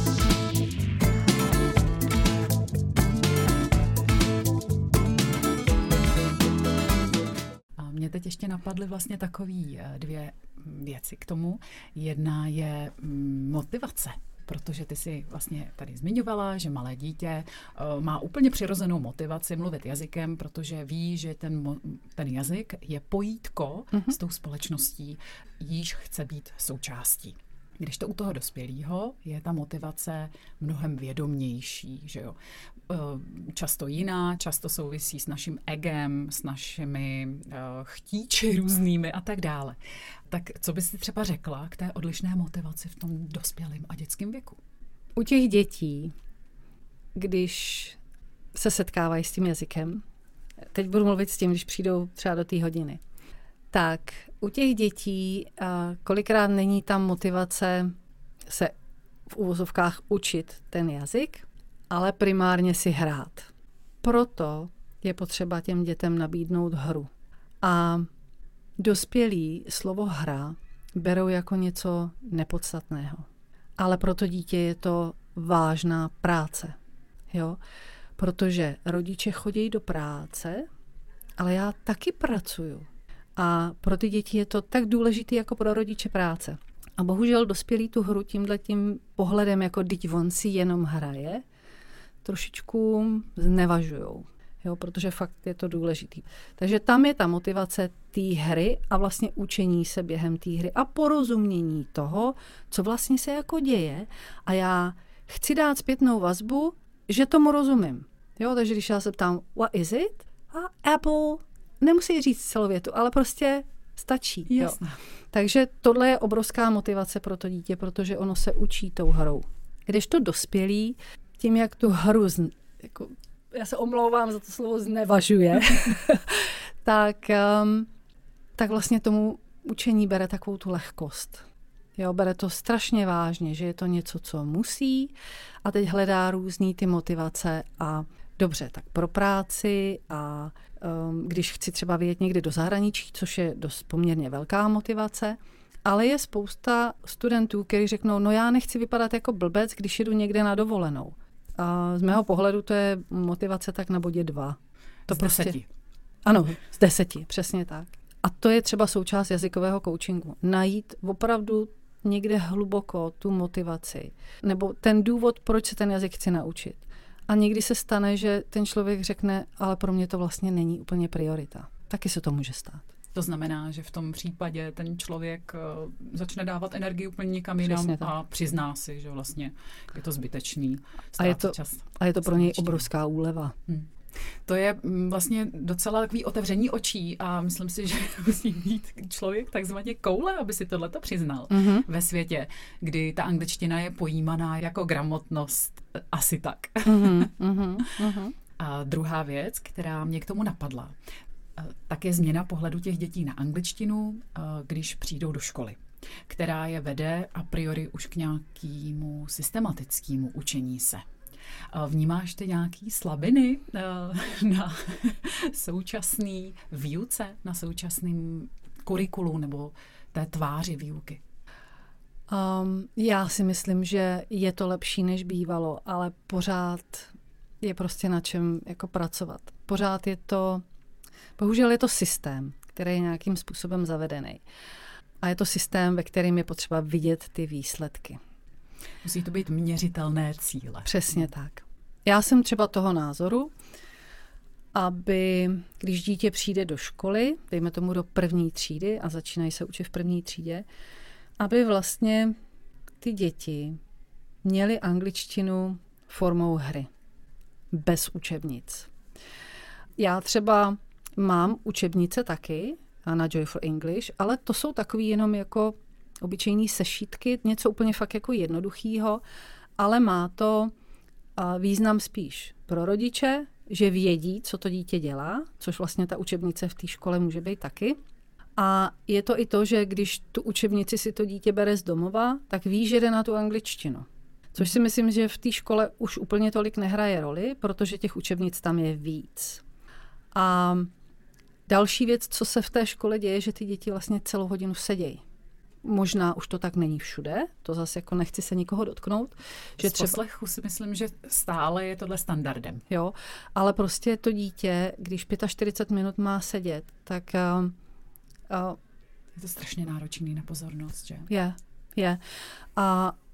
A mě teď ještě napadly vlastně takové dvě věci k tomu. Jedna je motivace protože ty si vlastně tady zmiňovala, že malé dítě uh, má úplně přirozenou motivaci mluvit jazykem, protože ví, že ten, ten jazyk je pojítko mm-hmm. s tou společností, jíž chce být součástí. Když to u toho dospělého je ta motivace mnohem vědomější, že jo. Často jiná, často souvisí s naším egem, s našimi uh, chtíči různými a tak dále. Tak co bys si třeba řekla k té odlišné motivaci v tom dospělém a dětském věku? U těch dětí, když se setkávají s tím jazykem, teď budu mluvit s tím, když přijdou třeba do té hodiny, tak u těch dětí uh, kolikrát není tam motivace se v uvozovkách učit ten jazyk, ale primárně si hrát. Proto je potřeba těm dětem nabídnout hru. A dospělí slovo hra berou jako něco nepodstatného. Ale pro to dítě je to vážná práce. Jo? Protože rodiče chodí do práce, ale já taky pracuju. A pro ty děti je to tak důležité jako pro rodiče práce. A bohužel dospělí tu hru tímhletím pohledem, jako teď on si jenom hraje, trošičku znevažujou. Jo, protože fakt je to důležitý. Takže tam je ta motivace té hry a vlastně učení se během té hry a porozumění toho, co vlastně se jako děje. A já chci dát zpětnou vazbu, že tomu rozumím. Jo, takže když já se ptám, what is it? A Apple nemusí říct celou větu, ale prostě stačí. Jo. Takže tohle je obrovská motivace pro to dítě, protože ono se učí tou hrou. Když to dospělí, tím, jak tu hru, z, jako, já se omlouvám za to slovo znevažuje, tak, um, tak vlastně tomu učení bere takovou tu lehkost. Jo, bere to strašně vážně, že je to něco, co musí a teď hledá různý ty motivace a dobře, tak pro práci a um, když chci třeba vyjet někdy do zahraničí, což je dost poměrně velká motivace, ale je spousta studentů, kteří řeknou, no já nechci vypadat jako blbec, když jedu někde na dovolenou. A z mého pohledu to je motivace tak na bodě dva. To z prostě, deseti. Ano, z deseti, přesně tak. A to je třeba součást jazykového coachingu. Najít opravdu někde hluboko tu motivaci. Nebo ten důvod, proč se ten jazyk chci naučit. A někdy se stane, že ten člověk řekne, ale pro mě to vlastně není úplně priorita. Taky se to může stát. To znamená, že v tom případě ten člověk uh, začne dávat energii úplně někam jinam a přizná si, že vlastně je to zbytečný. A je to, čas. A je to pro něj obrovská úleva. Hmm. To je vlastně docela takový otevření očí a myslím si, že musí být člověk takzvaně koule, aby si tohleto přiznal mm-hmm. ve světě, kdy ta angličtina je pojímaná jako gramotnost. Asi tak. Mm-hmm. Mm-hmm. A druhá věc, která mě k tomu napadla, tak je změna pohledu těch dětí na angličtinu, když přijdou do školy, která je vede a priori už k nějakému systematickému učení se. Vnímáš ty nějaké slabiny na současný výuce, na současným kurikulu nebo té tváři výuky? Um, já si myslím, že je to lepší, než bývalo, ale pořád je prostě na čem jako pracovat. Pořád je to, bohužel je to systém, který je nějakým způsobem zavedený. A je to systém, ve kterém je potřeba vidět ty výsledky. Musí to být měřitelné cíle. Přesně tak. Já jsem třeba toho názoru, aby když dítě přijde do školy, dejme tomu do první třídy a začínají se učit v první třídě, aby vlastně ty děti měly angličtinu formou hry, bez učebnic. Já třeba mám učebnice taky na Joy for English, ale to jsou takový jenom jako obyčejný sešítky, něco úplně fakt jako jednoduchýho, ale má to význam spíš pro rodiče, že vědí, co to dítě dělá, což vlastně ta učebnice v té škole může být taky. A je to i to, že když tu učebnici si to dítě bere z domova, tak ví, že jde na tu angličtinu. Což si myslím, že v té škole už úplně tolik nehraje roli, protože těch učebnic tam je víc. A další věc, co se v té škole děje, že ty děti vlastně celou hodinu sedějí. Možná už to tak není všude, to zase jako nechci se nikoho dotknout. Že třeba... Z poslechu si myslím, že stále je tohle standardem. Jo, ale prostě to dítě, když čtyřicet pět minut má sedět, tak... Uh, uh, je to strašně náročný na pozornost, že? Je, je. A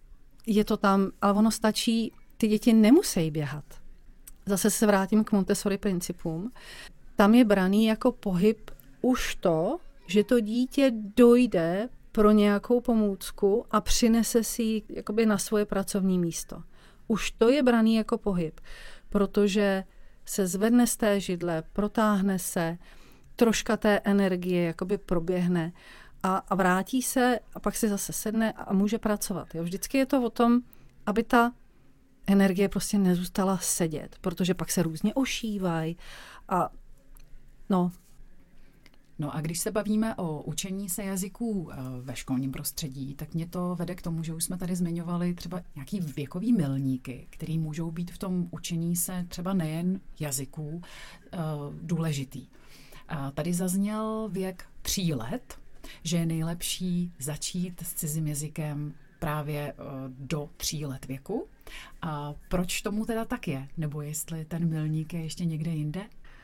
je to tam, ale ono stačí, ty děti nemusí běhat. Zase se vrátím k Montessori principům. Tam je braný jako pohyb už to, že to dítě dojde pro nějakou pomůcku a přinese si ji jakoby na svoje pracovní místo. Už to je braný jako pohyb, protože se zvedne z té židle, protáhne se, troška té energie jakoby proběhne a, a vrátí se a pak si zase sedne a může pracovat. Jo? Vždycky je to o tom, aby ta energie prostě nezůstala sedět, protože pak se různě ošívají a no. No a když se bavíme o učení se jazyků ve školním prostředí, tak mě to vede k tomu, že už jsme tady zmiňovali třeba nějaký věkový milníky, který můžou být v tom učení se třeba nejen jazyků důležitý. A tady zazněl věk tří let, že je nejlepší začít s cizím jazykem právě do tří let věku. A proč tomu teda tak je? Nebo jestli ten milník je ještě někde jinde?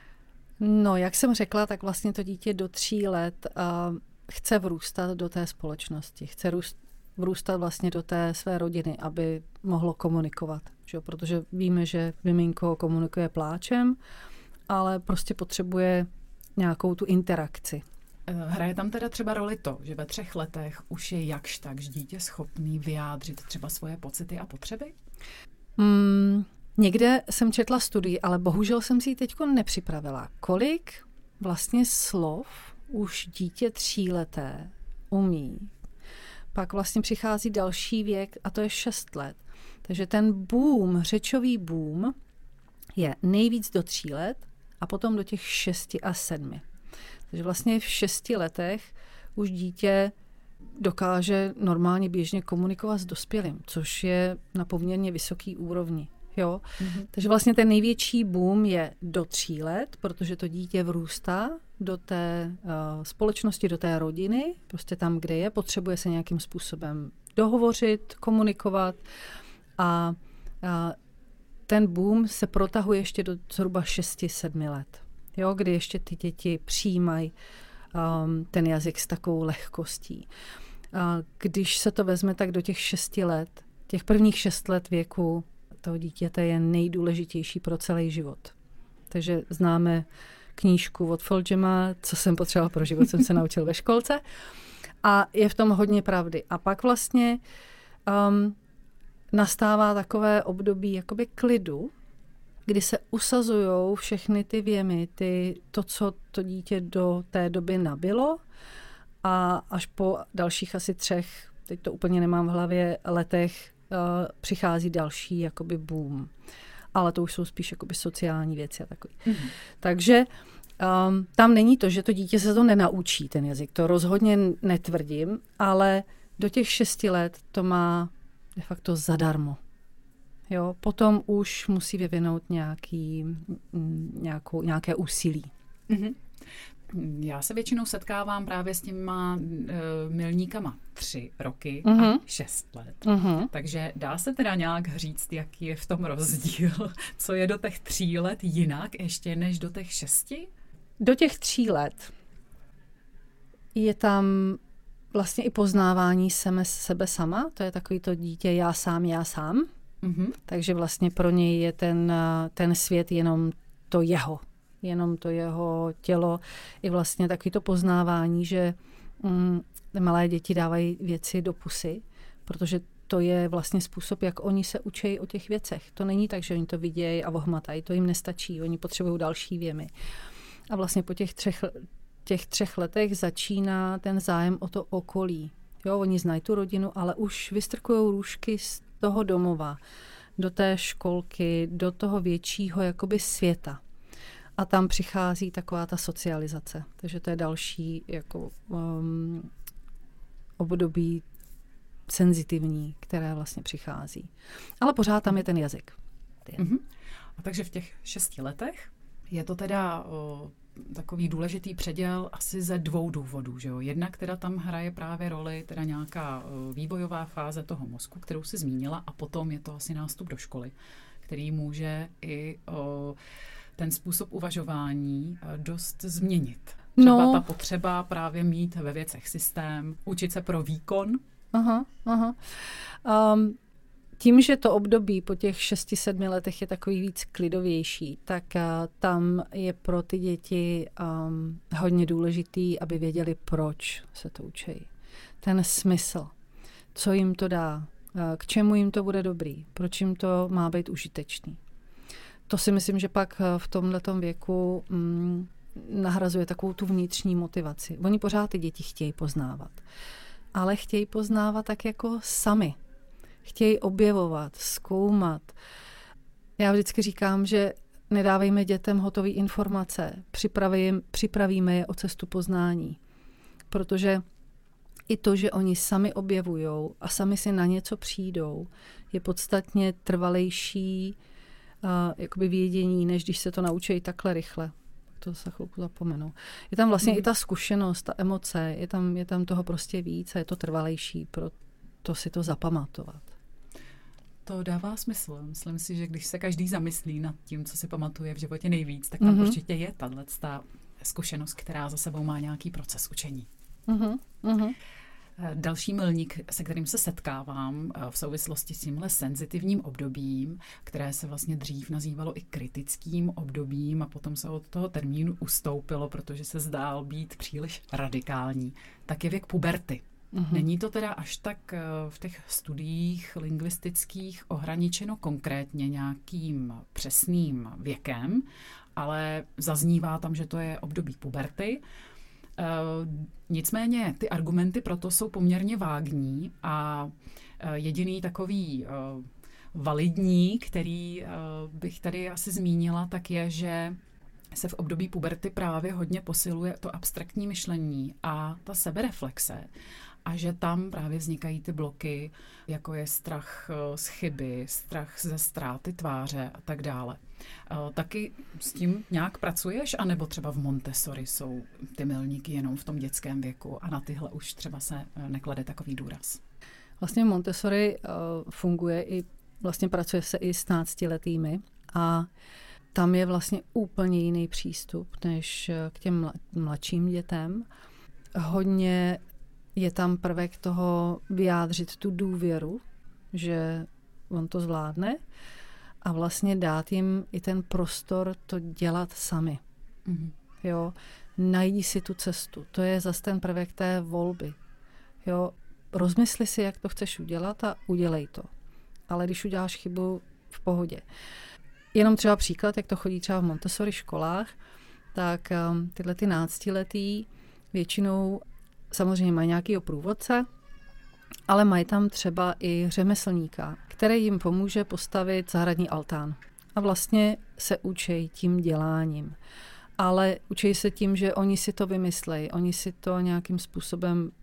No, jak jsem řekla, tak vlastně to dítě do tří let uh, chce vrůstat do té společnosti. Chce růst, vrůstat vlastně do té své rodiny, aby mohlo komunikovat. Že? Protože víme, že miminko komunikuje pláčem, ale prostě potřebuje nějakou tu interakci. Hraje tam teda třeba roli to, že ve třech letech už je jakž tak dítě schopný vyjádřit třeba svoje pocity a potřeby? Mm, někde jsem četla studii, ale bohužel jsem si ji teďko nepřipravila. Kolik vlastně slov už dítě tříleté umí? Pak vlastně přichází další věk a to je šest let. Takže ten boom, řečový boom je nejvíc do tří let a potom do těch šesti a sedmi. Takže vlastně v šesti letech už dítě dokáže normálně běžně komunikovat s dospělým, což je na poměrně vysoký úrovni. Jo? Mm-hmm. Takže vlastně ten největší boom je do tří let, protože to dítě vrůstá do té uh, společnosti, do té rodiny, prostě tam, kde je, potřebuje se nějakým způsobem dohovořit, komunikovat a uh, ten boom se protahuje ještě do zhruba šesti sedmi let. Jo, kdy ještě ty děti přijímají um, ten jazyk s takovou lehkostí. A když se to vezme tak do těch šesti let, těch prvních šest let věku toho dítěte je nejdůležitější pro celý život. Takže známe knížku od Foljama, co jsem potřebovala pro život, jsem se naučil ve školce. A je v tom hodně pravdy. A pak vlastně um, nastává takové období jakoby klidu, kdy se usazujou všechny ty věmy, ty, to, co to dítě do té doby nabilo a až po dalších asi třech, teď to úplně nemám v hlavě, letech uh, přichází další jakoby boom. Ale to už jsou spíš jakoby sociální věci a takový. Mm-hmm. Takže um, tam není to, že to dítě se to nenaučí, ten jazyk. To rozhodně netvrdím, ale do těch šesti let to má de facto zadarmo. Jo, potom už musí vyvinout nějaký, nějakou, nějaké úsilí. Mm-hmm. Já se většinou setkávám právě s těma uh, milníkama tři roky mm-hmm. a šest let. Mm-hmm. Takže dá se teda nějak říct, jaký je v tom rozdíl, co je do těch tří let jinak ještě než do těch šesti? Do těch tří let je tam vlastně i poznávání sebe, sebe sama. To je takový to dítě já sám, já sám. Mm-hmm. Takže vlastně pro něj je ten, ten svět jenom to jeho. Jenom to jeho tělo. I vlastně takový to poznávání, že mm, malé děti dávají věci do pusy, protože to je vlastně způsob, jak oni se učí o těch věcech. To není tak, že oni to vidějí a ohmatají. To jim nestačí. Oni potřebují další věmy. A vlastně po těch třech, těch třech letech začíná ten zájem o to okolí. Jo, oni znají tu rodinu, ale už vystrkují růžky z toho domova, do té školky, do toho většího jakoby světa. A tam přichází taková ta socializace. Takže to je další jako um, období senzitivní, které vlastně přichází. Ale pořád tam je ten jazyk. Mm-hmm. A takže v těch šesti letech je to teda o, takový důležitý předěl asi ze dvou důvodů. Že jo? Jednak teda tam hraje právě roli teda nějaká o, vývojová fáze toho mozku, kterou si zmínila, a potom je to asi nástup do školy, který může i o, ten způsob uvažování dost změnit. Třeba no. ta potřeba právě mít ve věcech systém, učit se pro výkon. Aha, aha. Um, tím, že to období po těch šesti, sedmi letech je takový víc klidovější, tak uh, tam je pro ty děti um, hodně důležitý, aby věděli, proč se to učí. Ten smysl, co jim to dá, uh, k čemu jim to bude dobrý, proč jim to má být užitečný. To si myslím, že pak v tomhletom věku um, nahrazuje takovou tu vnitřní motivaci. Oni pořád ty děti chtějí poznávat, ale chtějí poznávat tak jako sami. Chtějí objevovat, zkoumat. Já vždycky říkám, že nedávejme dětem hotové informace, připravíme, připravíme je o cestu poznání. Protože i to, že oni sami objevujou a sami si na něco přijdou, je podstatně trvalejší uh, jakoby vědění, než když se to naučí takhle rychle. To se chvilku zapomenu. Je tam vlastně mm. i ta zkušenost, ta emoce, je tam, je tam toho prostě víc a je to trvalejší, proto si to zapamatovat. To dává smysl. Myslím si, že když se každý zamyslí nad tím, co si pamatuje v životě nejvíc, tak tam mm-hmm. určitě je tato zkušenost, která za sebou má nějaký proces učení. Mm-hmm. Další milník, se kterým se setkávám v souvislosti s tímhle senzitivním obdobím, které se vlastně dřív nazývalo i kritickým obdobím a potom se od toho termínu ustoupilo, protože se zdál být příliš radikální, tak je věk puberty. Uhum. Není to teda až tak v těch studiích lingvistických ohraničeno konkrétně nějakým přesným věkem, ale zaznívá tam, že to je období puberty. E, nicméně ty argumenty proto jsou poměrně vágní a jediný takový e, validní, který e, bych tady asi zmínila, tak je, že se v období puberty právě hodně posiluje to abstraktní myšlení a ta sebereflexe. A že tam právě vznikají ty bloky, jako je strach z chyby, strach ze ztráty tváře a tak dále. Taky s tím nějak pracuješ? A nebo třeba v Montessori jsou ty milníky jenom v tom dětském věku a na tyhle už třeba se neklade takový důraz? Vlastně Montessori uh, funguje i, vlastně pracuje se i s náctiletými a tam je vlastně úplně jiný přístup než k těm mladším dětem. Hodně je tam prvek toho vyjádřit tu důvěru, že on to zvládne a vlastně dát jim i ten prostor to dělat sami. Mm-hmm. Jo, najdi si tu cestu. To je zase ten prvek té volby. Jo, rozmysli si, jak to chceš udělat a udělej to. Ale když uděláš chybu, v pohodě. Jenom třeba příklad, jak to chodí třeba v Montessori školách, tak um, tyhle ty náctiletí většinou samozřejmě mají nějakýho průvodce, ale mají tam třeba i řemeslníka, který jim pomůže postavit zahradní altán. A vlastně se učí tím děláním. Ale učí se tím, že oni si to vymyslejí, oni si to nějakým způsobem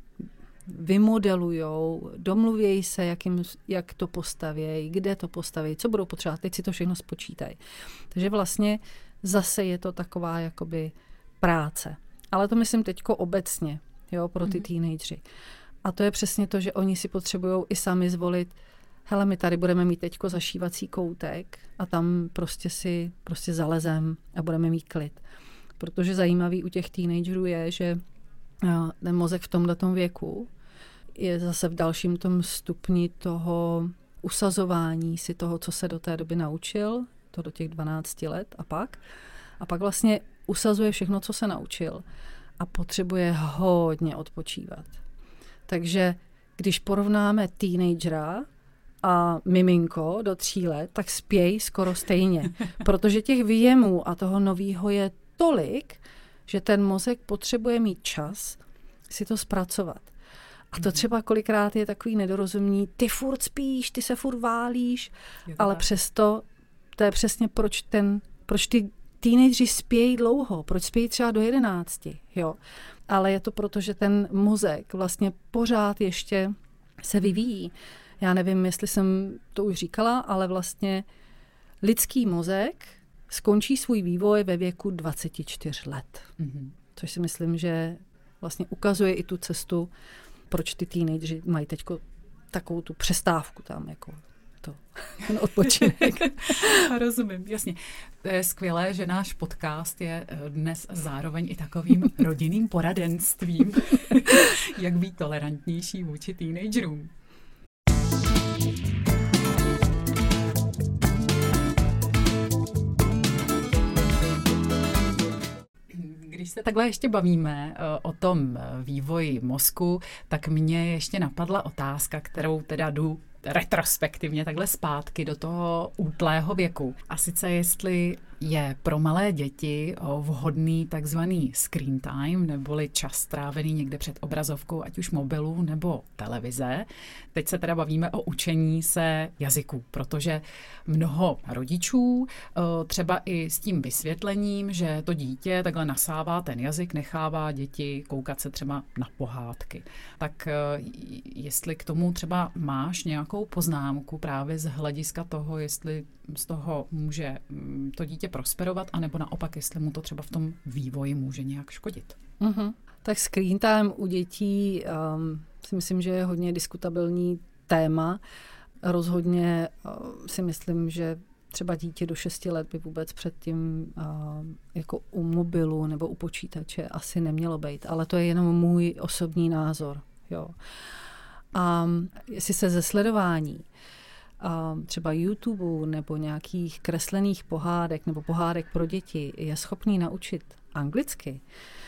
vymodelujou, domluvějí se, jak, jim, jak to postavějí, kde to postaví, co budou potřebovat, teď si to všechno spočítají. Takže vlastně zase je to taková jakoby práce. Ale to myslím teďko obecně, jo, pro ty mm-hmm. teenagery. A to je přesně to, že oni si potřebují i sami zvolit, hele, my tady budeme mít teďko zašívací koutek a tam prostě si prostě zalezem a budeme mít klid. Protože zajímavý u těch teenagerů je, že ten mozek v tomhletom věku je zase v dalším tom stupni toho usazování si toho, co se do té doby naučil, to do těch dvanácti let a pak. A pak vlastně usazuje všechno, co se naučil a potřebuje hodně odpočívat. Takže když porovnáme teenagera a miminko do tří let, tak spějí skoro stejně. Protože těch výjemů a toho novýho je tolik, že ten mozek potřebuje mít čas si to zpracovat. A to třeba kolikrát je takový nedorozumění, ty furt spíš, ty se furt válíš, ale tak. Přesto to je přesně proč, ten, proč ty teenageři spějí dlouho, proč spějí třeba do jedenácti, jo. Ale je to proto, že ten mozek vlastně pořád ještě se vyvíjí. Já nevím, jestli jsem to už říkala, ale vlastně lidský mozek skončí svůj vývoj ve věku dvacet čtyři let. Mm-hmm. Což si myslím, že vlastně ukazuje i tu cestu, proč ty teenageři mají teďko takovou tu přestávku tam, jako to, ten odpočinek. Rozumím, jasně. To je skvělé, že náš podcast je dnes zároveň i takovým rodinným poradenstvím, jak být tolerantnější vůči teenagerům. Když se takhle ještě bavíme o tom vývoji mozku, tak mě ještě napadla otázka, kterou teda jdu retrospektivně takhle zpátky do toho útlého věku. A sice jestli je pro malé děti vhodný takzvaný screen time, neboli čas strávený někde před obrazovkou, ať už mobilu nebo televize. Teď se teda bavíme o učení se jazyků, protože mnoho rodičů třeba i s tím vysvětlením, že to dítě takhle nasává ten jazyk, nechává děti koukat se třeba na pohádky. Tak jestli k tomu třeba máš nějakou poznámku právě z hlediska toho, jestli z toho může to dítě prosperovat, anebo naopak, jestli mu to třeba v tom vývoji může nějak škodit. Uh-huh. Tak screen time u dětí um, si myslím, že je hodně diskutabilní téma. Rozhodně uh, si myslím, že třeba dítě do šesti let by vůbec předtím uh, jako u mobilu nebo u počítače asi nemělo být, ale to je jenom můj osobní názor. Jo. A um, jestli se ze sledování Uh, třeba YouTube nebo nějakých kreslených pohádek nebo pohádek pro děti je schopný naučit anglicky,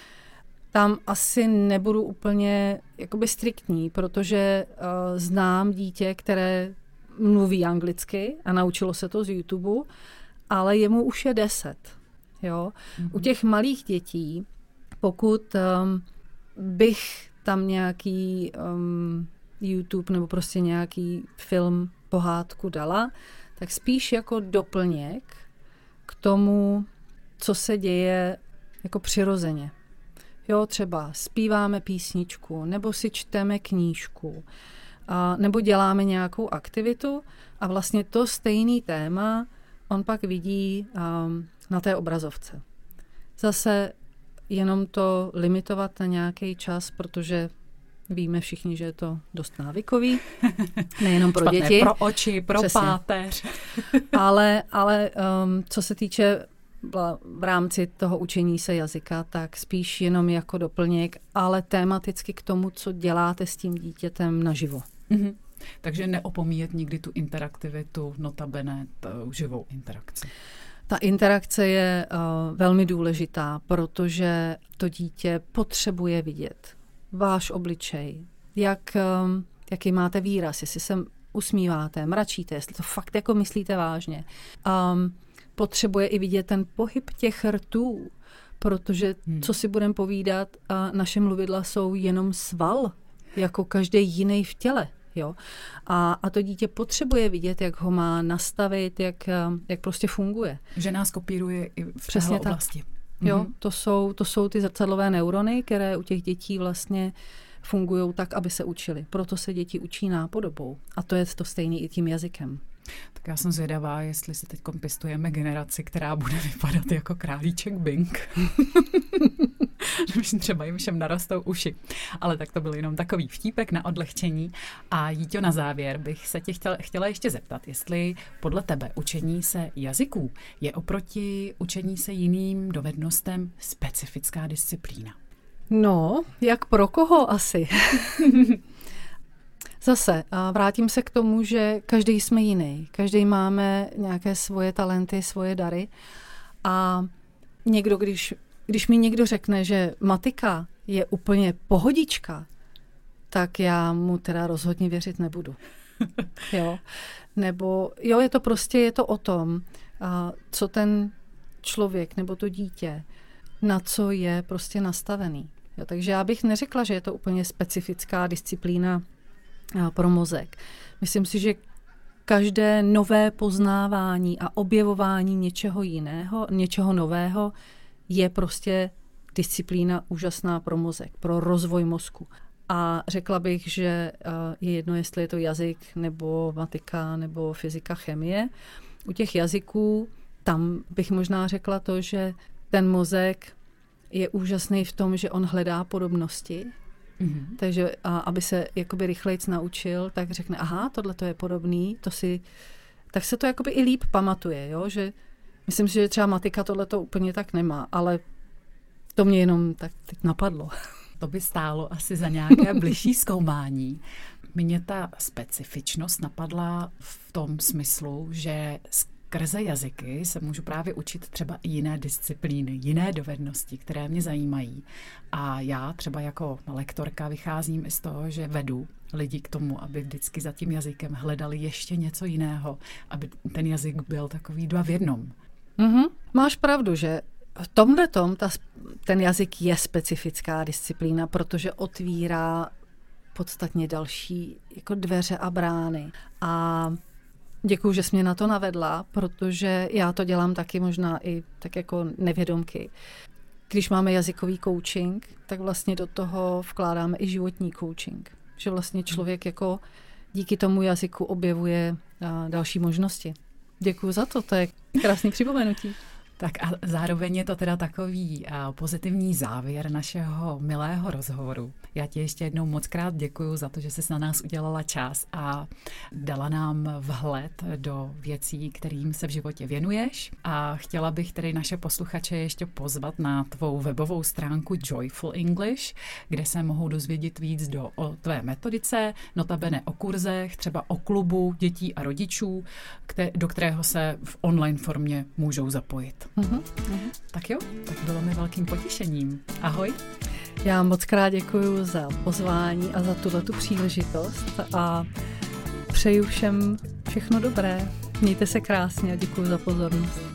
tam asi nebudu úplně jakoby striktní, protože uh, znám dítě, které mluví anglicky a naučilo se to z YouTube, ale jemu už je deset. Jo? Mm-hmm. U těch malých dětí, pokud um, bych tam nějaký um, YouTube nebo prostě nějaký film pohádku dala, tak spíš jako doplněk k tomu, co se děje jako přirozeně. Jo, třeba zpíváme písničku, nebo si čteme knížku, a, nebo děláme nějakou aktivitu a vlastně to stejný téma on pak vidí um, na té obrazovce. Zase jenom to limitovat na nějaký čas, protože víme všichni, že je to dost návykový, nejenom pro Špatné děti. Pro oči, pro Přesně. páteř. ale ale um, co se týče v rámci toho učení se jazyka, tak spíš jenom jako doplněk, ale tematicky k tomu, co děláte s tím dítětem naživo. Mm-hmm. Takže neopomíjet nikdy tu interaktivitu, notabene tu živou interakci. Ta interakce je uh, velmi důležitá, protože to dítě potřebuje vidět váš obličej, jak, um, jaký máte výraz, jestli se usmíváte, mračíte, jestli to fakt jako myslíte vážně. Um, potřebuje i vidět ten pohyb těch rtů, protože, hmm. co si budeme povídat, uh, naše mluvidla jsou jenom sval, jako každý jiný v těle. Jo? A, a to dítě potřebuje vidět, jak ho má nastavit, jak, jak prostě funguje. Že nás kopíruje i v téhle oblasti. Jo, to jsou, to jsou ty zrcadlové neurony, které u těch dětí vlastně fungují tak, aby se učili. Proto se děti učí nápodobou. A to je to stejné i tím jazykem. Tak já jsem zvědavá, jestli si teď pěstujeme generaci, která bude vypadat jako králíček Bing. Třeba jim všem narostou uši. Ale tak to byl jenom takový vtípek na odlehčení. A Jíťo, na závěr bych se tě chtěla, chtěla ještě zeptat, jestli podle tebe učení se jazyků je oproti učení se jiným dovednostem specifická disciplína. No, jak pro koho asi? Zase, vrátím se k tomu, že každý jsme jiný. Každý máme nějaké svoje talenty, svoje dary. A někdo, když, když mi někdo řekne, že matika je úplně pohodička, tak já mu teda rozhodně věřit nebudu. Jo? Nebo jo, je to prostě je to o tom, co ten člověk nebo to dítě, na co je prostě nastavený. Jo? Takže já bych neřekla, že je to úplně specifická disciplína pro mozek. Myslím si, že každé nové poznávání a objevování něčeho jiného, něčeho nového je prostě disciplína úžasná pro mozek, pro rozvoj mozku. A řekla bych, že je jedno, jestli je to jazyk, nebo matika, nebo fyzika, chemie. U těch jazyků, tam bych možná řekla to, že ten mozek je úžasný v tom, že on hledá podobnosti. Mm-hmm. Takže a, aby se jakoby rychlejc naučil, tak řekne, aha, tohle to je podobný, to si, tak se to jakoby i líp pamatuje, jo, že myslím si, že třeba matika tohle to úplně tak nemá, ale to mě jenom tak teď napadlo. To by stálo asi za nějaké bližší zkoumání. Mě ta specifičnost napadla v tom smyslu, že skrze jazyky se můžu právě učit třeba i jiné disciplíny, jiné dovednosti, které mě zajímají. A já třeba jako lektorka vycházím i z toho, že vedu lidi k tomu, aby vždycky za tím jazykem hledali ještě něco jiného, aby ten jazyk byl takový dva v jednom. Mm-hmm. Máš pravdu, že v tomhletom ta, ten jazyk je specifická disciplína, protože otvírá podstatně další jako dveře a brány. A děkuju, že jsi mě na to navedla, protože já to dělám taky možná i tak jako nevědomky. Když máme jazykový coaching, tak vlastně do toho vkládáme i životní coaching. Že vlastně člověk jako díky tomu jazyku objevuje další možnosti. Děkuju za to, to je krásný připomenutí. Tak a zároveň je to teda takový a, pozitivní závěr našeho milého rozhovoru. Já ti ještě jednou moc krát děkuju za to, že jsi na nás udělala čas a dala nám vhled do věcí, kterým se v životě věnuješ. A chtěla bych tedy naše posluchače ještě pozvat na tvou webovou stránku Joyful English, kde se mohou dozvědět víc do, o tvé metodice, notabene o kurzech, třeba o klubu dětí a rodičů, kte, do kterého se v online formě můžou zapojit. Uhum, uhum. Tak jo, tak bylo mi velkým potěšením. Ahoj. Já moc krát děkuju za pozvání a za tuhletu příležitost a přeju všem všechno dobré. Mějte se krásně a děkuju za pozornost.